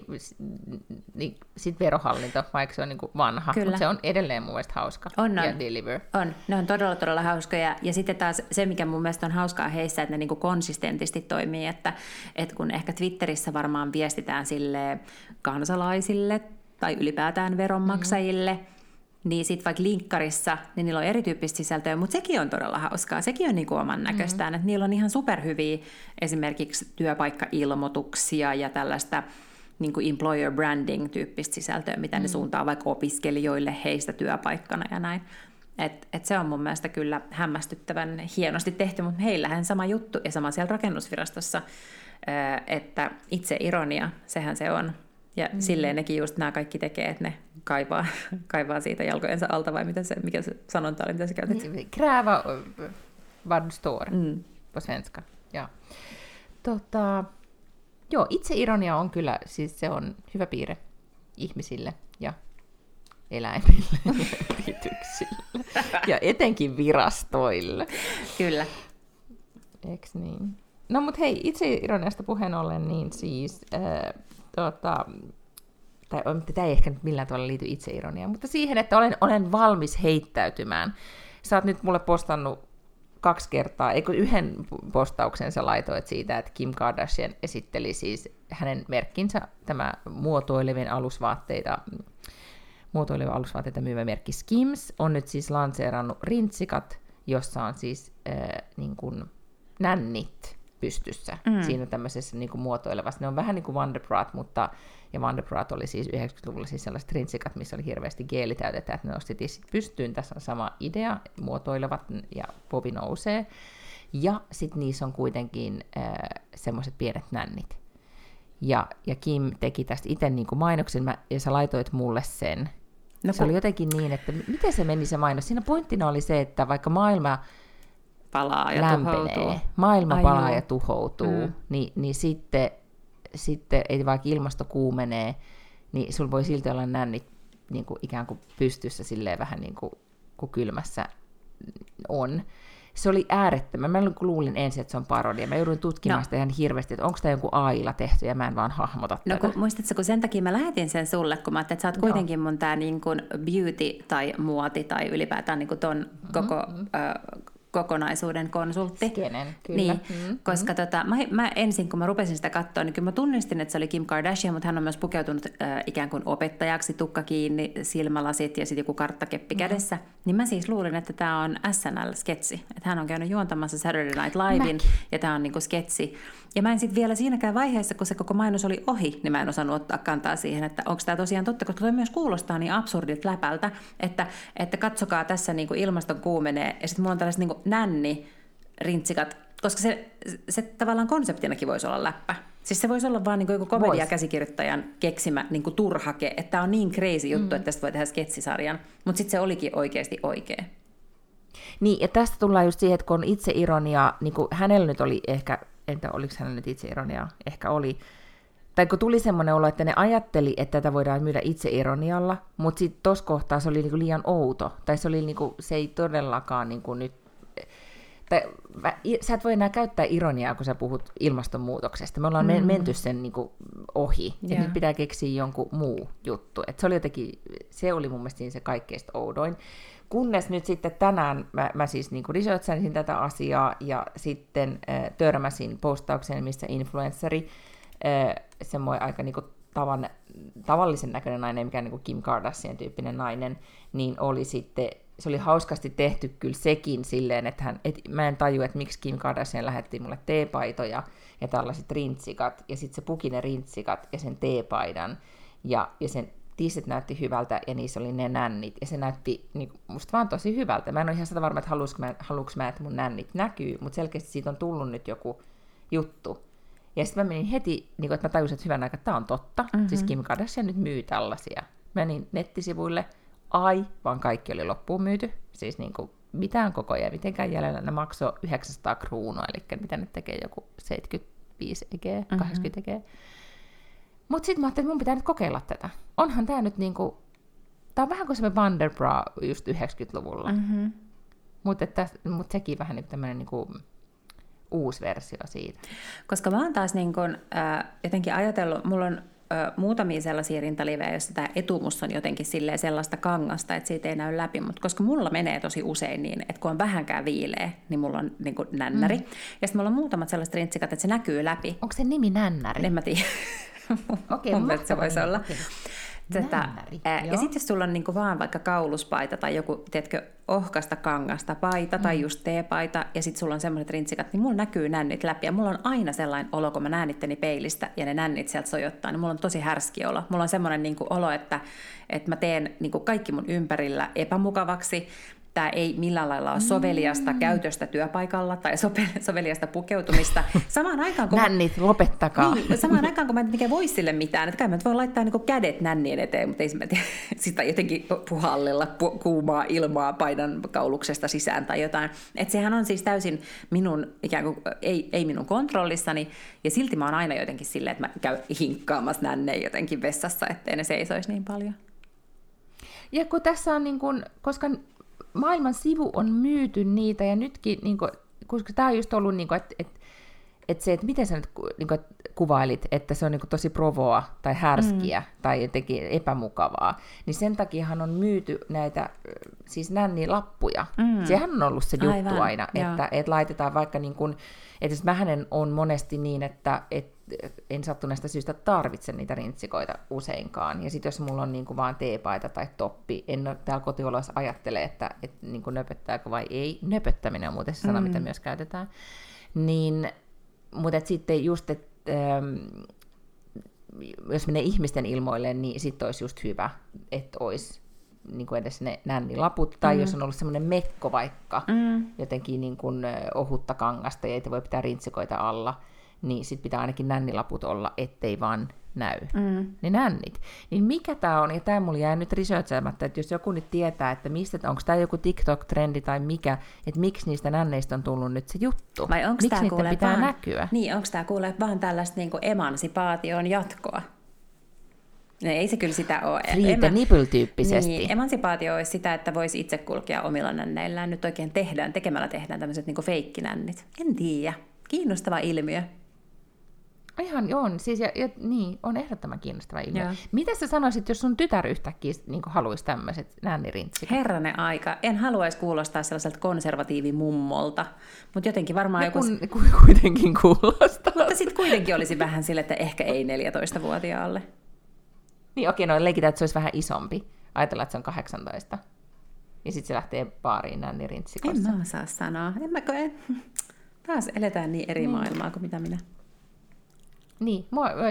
niin sit verohallinto, vaikka se on niin kuin vanha, mutta se on edelleen mun mielestä hauska. Ja Deliver. On, ne on todella, todella hauskoja. Ja sitten taas se, mikä mun mielestä on hauskaa heissä, että ne niin kuin konsistentisti toimii, että kun ehkä Twitterissä varmaan viestitään sille kansalaisille tai ylipäätään veronmaksajille, niin sitten vaikka linkkarissa, niin niillä on erityyppistä sisältöä, mutta sekin on todella hauskaa. Sekin on niinku oman näköistään, että niillä on ihan superhyviä esimerkiksi työpaikkailmoituksia ja tällaista niinku employer branding-tyyppistä sisältöä, mitä ne suuntaa vaikka opiskelijoille heistä työpaikkana ja näin. Et se on mun mielestä kyllä hämmästyttävän hienosti tehty, mutta heillähän sama juttu ja sama siellä rakennusvirastossa, että itse ironia, sehän se on. Ja silleen nekin just nämä kaikki tekee, että ne kaivaa siitä jalkojensa alta, vai mikä se sanonta oli, mitä sä käytit? Kräva vad står på svenska. Ja. Joo, itseironia on kyllä, siis se on hyvä piirre ihmisille ja eläimille ja yrityksille ja etenkin virastoille. Kyllä. Eiks niin? No mut hei, itseironiasta puheen ollen, niin siis... Tämä ei ehkä millään tavalla liity itseironiaan, mutta siihen, että olen valmis heittäytymään. Sä oot nyt mulle postannut 2 kertaa, eikö yhden postauksen sä laitoit siitä, että Kim Kardashian esitteli siis hänen merkkinsä, tämä muotoilevia alusvaatteita myyvä merkki Skims, on nyt siis lanseerannut rintsikat, jossa on siis niin kuin nännit pystyssä siinä tämmöisessä niin kuin muotoilevassa. Ne on vähän niin kuin Wonderbrat, ja Wonderbrat oli siis 90-luvulla siis sellaiset rintsikat, missä oli hirveästi geelitäytettä, että ne nostettiin sitten pystyyn. Tässä on sama idea, muotoilevat ja povi nousee. Ja sitten niissä on kuitenkin semmoiset pienet nännit. Ja Kim teki tästä itse niin kuin mainoksen, ja sä laitoit mulle sen. No, se oli jotenkin niin, että miten se meni se mainos? Siinä pointtina oli se, että vaikka maailma palaa ja lämpenee, tuhoutuu. maailma palaa ja tuhoutuu, niin sitten ei vaikka ilmasto kuumenee, niin sulla voi silti olla nännit niin kuin ikään kuin pystyssä silleen vähän niin kuin kylmässä on. Se oli äärettömän. Mä luulin ensin, että se on parodia. Mä joudun tutkimaan sitä ihan hirveästi, että onko tämä joku AIlla tehty, ja mä en vaan hahmota tätä. Muistatko, kun sen takia mä lähetin sen sulle, kun mä ajattelin, että sä oot kuitenkin mun tää niin kuin beauty tai muoti tai ylipäätään niin kuin ton koko kokonaisuuden konsultti. Skenen, kyllä. Niin, koska mä ensin, kun mä rupesin sitä katsoa, niin kyllä mä tunnistin, että se oli Kim Kardashian, mutta hän on myös pukeutunut ikään kuin opettajaksi, tukka kiinni, silmälasit ja sitten joku karttakeppi kädessä. Niin mä siis luulin, että tämä on SNL-sketsi. Että hän on käynyt juontamassa Saturday Night Livein ja tämä on niinku sketsi. Ja mä en sitten vielä siinäkään vaiheessa, kun se koko mainos oli ohi, niin mä en osannut ottaa kantaa siihen, että onko tämä tosiaan totta, koska toi myös kuulostaa niin absurdit läpältä, että katsokaa tässä niinku ilmaston kuumenee ja sitten mulla on tällaiset niinku nänni-rintsikat, koska se tavallaan konseptinakin voisi olla läppä. Siis se voisi olla vaan niinku joku komediakäsikirjoittajan keksimä niinku turhake, että tämä on niin crazy juttu, että tästä voi tehdä sketsisarjan, mutta sitten se olikin oikeasti oikea. Niin, ja tästä tullaan just siihen, että kun on itseironia, niin kuin hänellä nyt oli ehkä, entä oliko hänellä nyt itseironiaa, ehkä oli, tai kun tuli semmoinen olo, että ne ajatteli, että tätä voidaan myydä itseironialla, mutta sitten tuossa kohtaa se oli niinku liian outo, tai se, oli niinku, se ei todellakaan niinku nyt, tai sä et voi enää käyttää ironiaa, kun sä puhut ilmastonmuutoksesta. Me ollaan menty sen niinku ohi, ja nyt pitää keksiä jonkun muu juttu. Et se oli mun mielestä se kaikkein oudoin. Kunnes nyt sitten tänään mä siis niinku researchasin tätä asiaa, ja sitten törmäsin postaukseen, missä influenssari, semmoinen aika niinku tavallisen näköinen nainen, mikä on niinku Kim Kardashian tyyppinen nainen, niin oli sitten, se oli hauskasti tehty kyllä sekin silleen, että mä en tajua, että miksi Kim Kardashian lähetti mulle teepaitoja ja tällaiset rintsikat, ja sitten se puki ne rintsikat ja sen teepaidan, ja sen tissit näytti hyvältä, ja niissä oli ne nännit, ja se näytti niin musta vaan tosi hyvältä. Mä en ole ihan sitä varma, että haluanko mä, että mun nännit näkyy, mutta selkeästi siitä on tullut nyt joku juttu. Ja sitten mä menin heti, niin kun, että mä tajusin, että hyvän aikaa, että tämä on totta. Siis Kim Kardashian nyt myy tällaisia. Menin nettisivuille, aivan kaikki oli loppuun myyty. Siis niin kuin mitään koko ajan, mitenkään jäljellä. Ne maksoi 900 kruunua, eli mitä nyt tekee joku 75 egeä, 80 egeä. Mutta sitten mä ajattelin, että mun pitää nyt kokeilla tätä. Onhan tämä nyt niinku, tää on vähän kuin se Wonderbra just 90-luvulla. Mutta sekin vähän niin tämmöinen niinku uusi versio siitä. Koska mä oon taas niin kun, jotenkin ajatellut, mulla on muutamia sellaisia rintalivejä, joissa tämä etumus on jotenkin sellaista kangasta, että siitä ei näy läpi, mutta koska mulla menee tosi usein niin, että kun on vähänkään viileä, niin mulla on niin kuin nännäri. Ja sitten mulla on muutamat sellaiset rintsikat, että se näkyy läpi. Onko se nimi nännäri? En mä tiedä. Mun mielestä se voisi olla. Ja sitten jos sulla on niinku vaan vaikka kauluspaita tai joku, tiedätkö, ohkasta kangasta paita tai just teepaita, ja sitten sulla on semmoiset rintsikat, niin mulla näkyy nännit läpi. Ja mulla on aina sellainen olo, kun mä näen itteni peilistä ja ne nännit sieltä sojottaa, niin mulla on tosi härski olo. Mulla on semmoinen niinku olo, että mä teen niinku kaikki mun ympärillä epämukavaksi. Tämä ei millään lailla ole soveliasta käytöstä työpaikalla tai soveliasta pukeutumista. Samaan aikaan, kun nännit, lopettakaa. Niin, samaan aikaan, kun mä en mikään voi sille mitään. Että kai mä voi laittaa niinku kädet nännien eteen, mutta ei mä tiedä, sitä jotenkin puhallella kuumaa ilmaa paidan kauluksesta sisään tai jotain. Että sehän on siis täysin minun, ikään kuin ei minun kontrollissani, ja silti mä oon aina jotenkin silleen, että mä käyn hinkkaamassa nänneen jotenkin vessassa, ettei ne seisoisi niin paljon. Ja kun tässä on niin kuin, koska maailman sivu on myyty niitä, ja nytkin, niin kuin, koska tämä on just ollut, niin kuin, että se, että miten sä nyt niin kuin, kuvailit, että se on niin kuin, tosi provoa tai härskiä tai jotenkin epämukavaa, niin sen takiahan on myyty näitä siis nännilappuja. Sehän on ollut se juttu aina, että laitetaan vaikka, niin kuin, että mähän on monesti niin, että en sattuneesta syystä tarvitse niitä rintsikoita useinkaan. Ja sitten jos mulla on niinku vaan teepaita tai toppi, en ole täällä kotioloissa ajattele, että niinku nöpöttääkö vai ei. Nöpöttäminen on muuten se sana, mitä myös käytetään. Niin, mutta sitten just, että jos menee ihmisten ilmoille, niin sitten olisi just hyvä, että olisi niinku edes ne nännilaput. Tai jos on ollut semmoinen mekko vaikka, jotenkin niinku ohutta kangasta ja ei voi pitää rintsikoita alla, niin sitten pitää ainakin nännilaput olla, ettei vaan näy ne nännit. Niin mikä tämä on, ja tämä mulla jäi nyt researchaamatta, että jos joku nyt tietää, että mistä, onko tämä joku TikTok-trendi tai mikä, että miksi niistä nänneistä on tullut nyt se juttu? Vai onko miksi niitä pitää vaan näkyä? Niin, onko tämä kuulee vaan tällaista niin kuin emansipaation jatkoa? No, ei se kyllä sitä ole. Free the nipple-tyyppisesti. Niin, emansipaatio olisi sitä, että voisi itse kulkea omilla nänneillään. Nyt oikein tekemällä tehdään tämmöiset niin kuin feikkinännit. En tiedä. Kiinnostava ilmiö. Ihan on, siis niin, on ehdottoman kiinnostava ilmiö. Joo. Mitä sä sanoisit, jos sun tytär yhtäkkiä niin haluaisi tämmöiset nännirintsikat? Herranen aika. En haluaisi kuulostaa sellaiselta konservatiivimummolta, mutta jotenkin varmaan joku... Kuitenkin kuulostaa. Mutta sitten kuitenkin olisi vähän sille, että ehkä ei 14-vuotiaalle. Niin okei, no leikitään, että se olisi vähän isompi. Ajatellaan, että se on 18. Ja sitten se lähtee baariin nännirintsikossa. En mä osaa sanoa. Taas eletään niin eri maailmaa kuin mitä minä. Niin,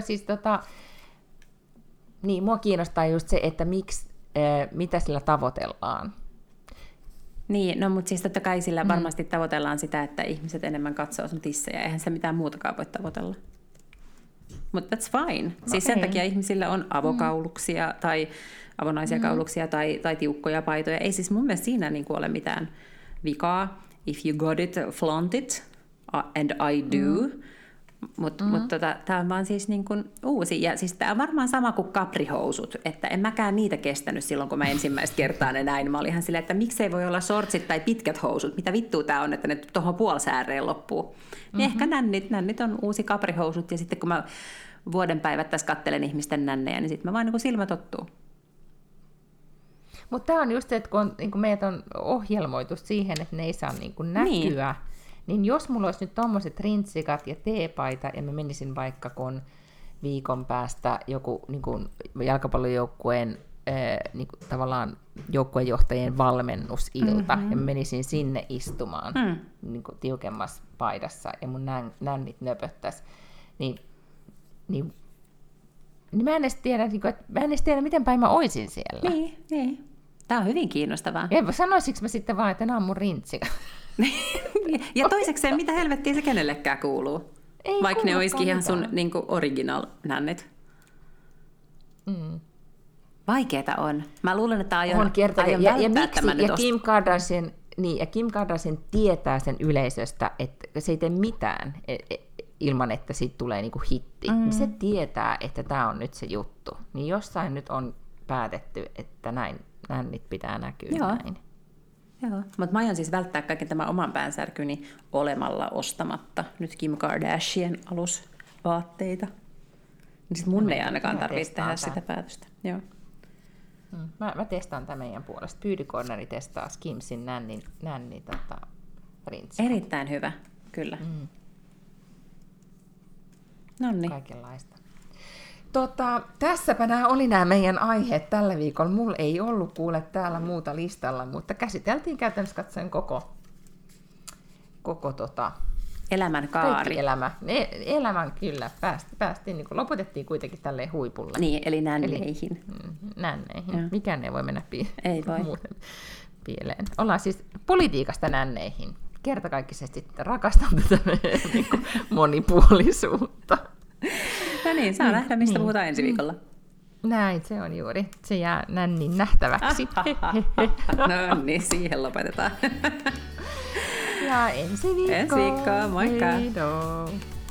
mua kiinnostaa just se, että mitä sillä tavoitellaan. Niin, no mutta siis totta kai sillä varmasti tavoitellaan sitä, että ihmiset enemmän katsoo sun tissejä. Eihän se mitään muutakaan voi tavoitella. Mutta that's fine. Siis sen takia ihmisillä on avokauluksia tai avonaisia kauluksia tai tiukkoja paitoja. Ei siis mun mielestä siinä niinku ole mitään vikaa. If you got it, flaunt it. And I do. Mutta tämä on vaan siis niin kuin uusi. Ja siis tämä on varmaan sama kuin kaprihousut. Että en mäkään niitä kestänyt silloin, kun mä ensimmäistä kertaa ne näin. Mä olin ihan silleen, että miksei voi olla shortsit tai pitkät housut. Mitä vittua tämä on, että ne tuohon puolisääreen loppuu. Niin ehkä nännit on uusi kaprihousut. Ja sitten kun mä vuoden päivät tässä katselen ihmisten nännejä, niin sitten mä vaan niin kuin silmä tottuu. Mutta tämä on just se, että kun niin meidät on ohjelmoitu siihen, että ne ei saa niin kuin näkyä, niin jos mulla olisi nyt tommoset rintsikat ja teepaita, ja mä menisin vaikka kun viikon päästä joku niin kuin jalkapallojoukkueen niin kuin tavallaan joukkuejohtajien valmennusilta, ja mä menisin sinne istumaan niin kuin tiukemmassa paidassa, ja mun nännit nöpöttäisi, niin mä en edes tiedä, miten päin mä oisin siellä. Niin. Tämä on hyvin kiinnostavaa. Sanoisinko mä sitten vaan, että nämä on mun rintsikat? Ja toisekseen, mitä helvettiä se kenellekään kuuluu? Ei vaikka ne olisikin ihan mitään. sun niin kuin original-nännit. Vaikeeta on. Mä luulen, että aion välttää tämän nyt. Ja Kim Kardashian tietää sen yleisöstä, että se ei tee mitään ilman, että siitä tulee niinku hitti. Niin se tietää, että tämä on nyt se juttu. Niin jossain nyt on päätetty, että nännit pitää näkyä näin. Joo, mutta mä aion siis välttää kaiken tämän oman päänsärkyni olemalla ostamatta nyt Kim Kardashian alusvaatteita. Niin sit mun ei ainakaan tarvitse tehdä sitä päätöstä. Joo. Mä testaan tämän meidän puolesta. Pyydykorneri testaa Kimsin nänni rinssi. Erittäin hyvä, kyllä. Noniin. Kaikenlaista. Tässäpä oli nämä meidän aiheet tällä viikolla. Mulla ei ollut kuule täällä muuta listalla, mutta käsiteltiin käytännössä katsoen koko elämän kaari. Elämän kyllä. Päästiin niin lopetettiin kuitenkin tälleen huipulle. Niin, eli nänneihin. Nänneihin. Mikään ei voi mennä ei voi. muuten pieleen. Ollaan siis politiikasta nänneihin. Kertakaikkisesti rakastan tätä niin monipuolisuutta. No niin, saa nähdä, mistä puhutaan ensi viikolla. Näin, se on juuri. Se jää nännin nähtäväksi. No niin, siihen lopetetaan. Ja ensi viikkoon. Moikka! Heidoo.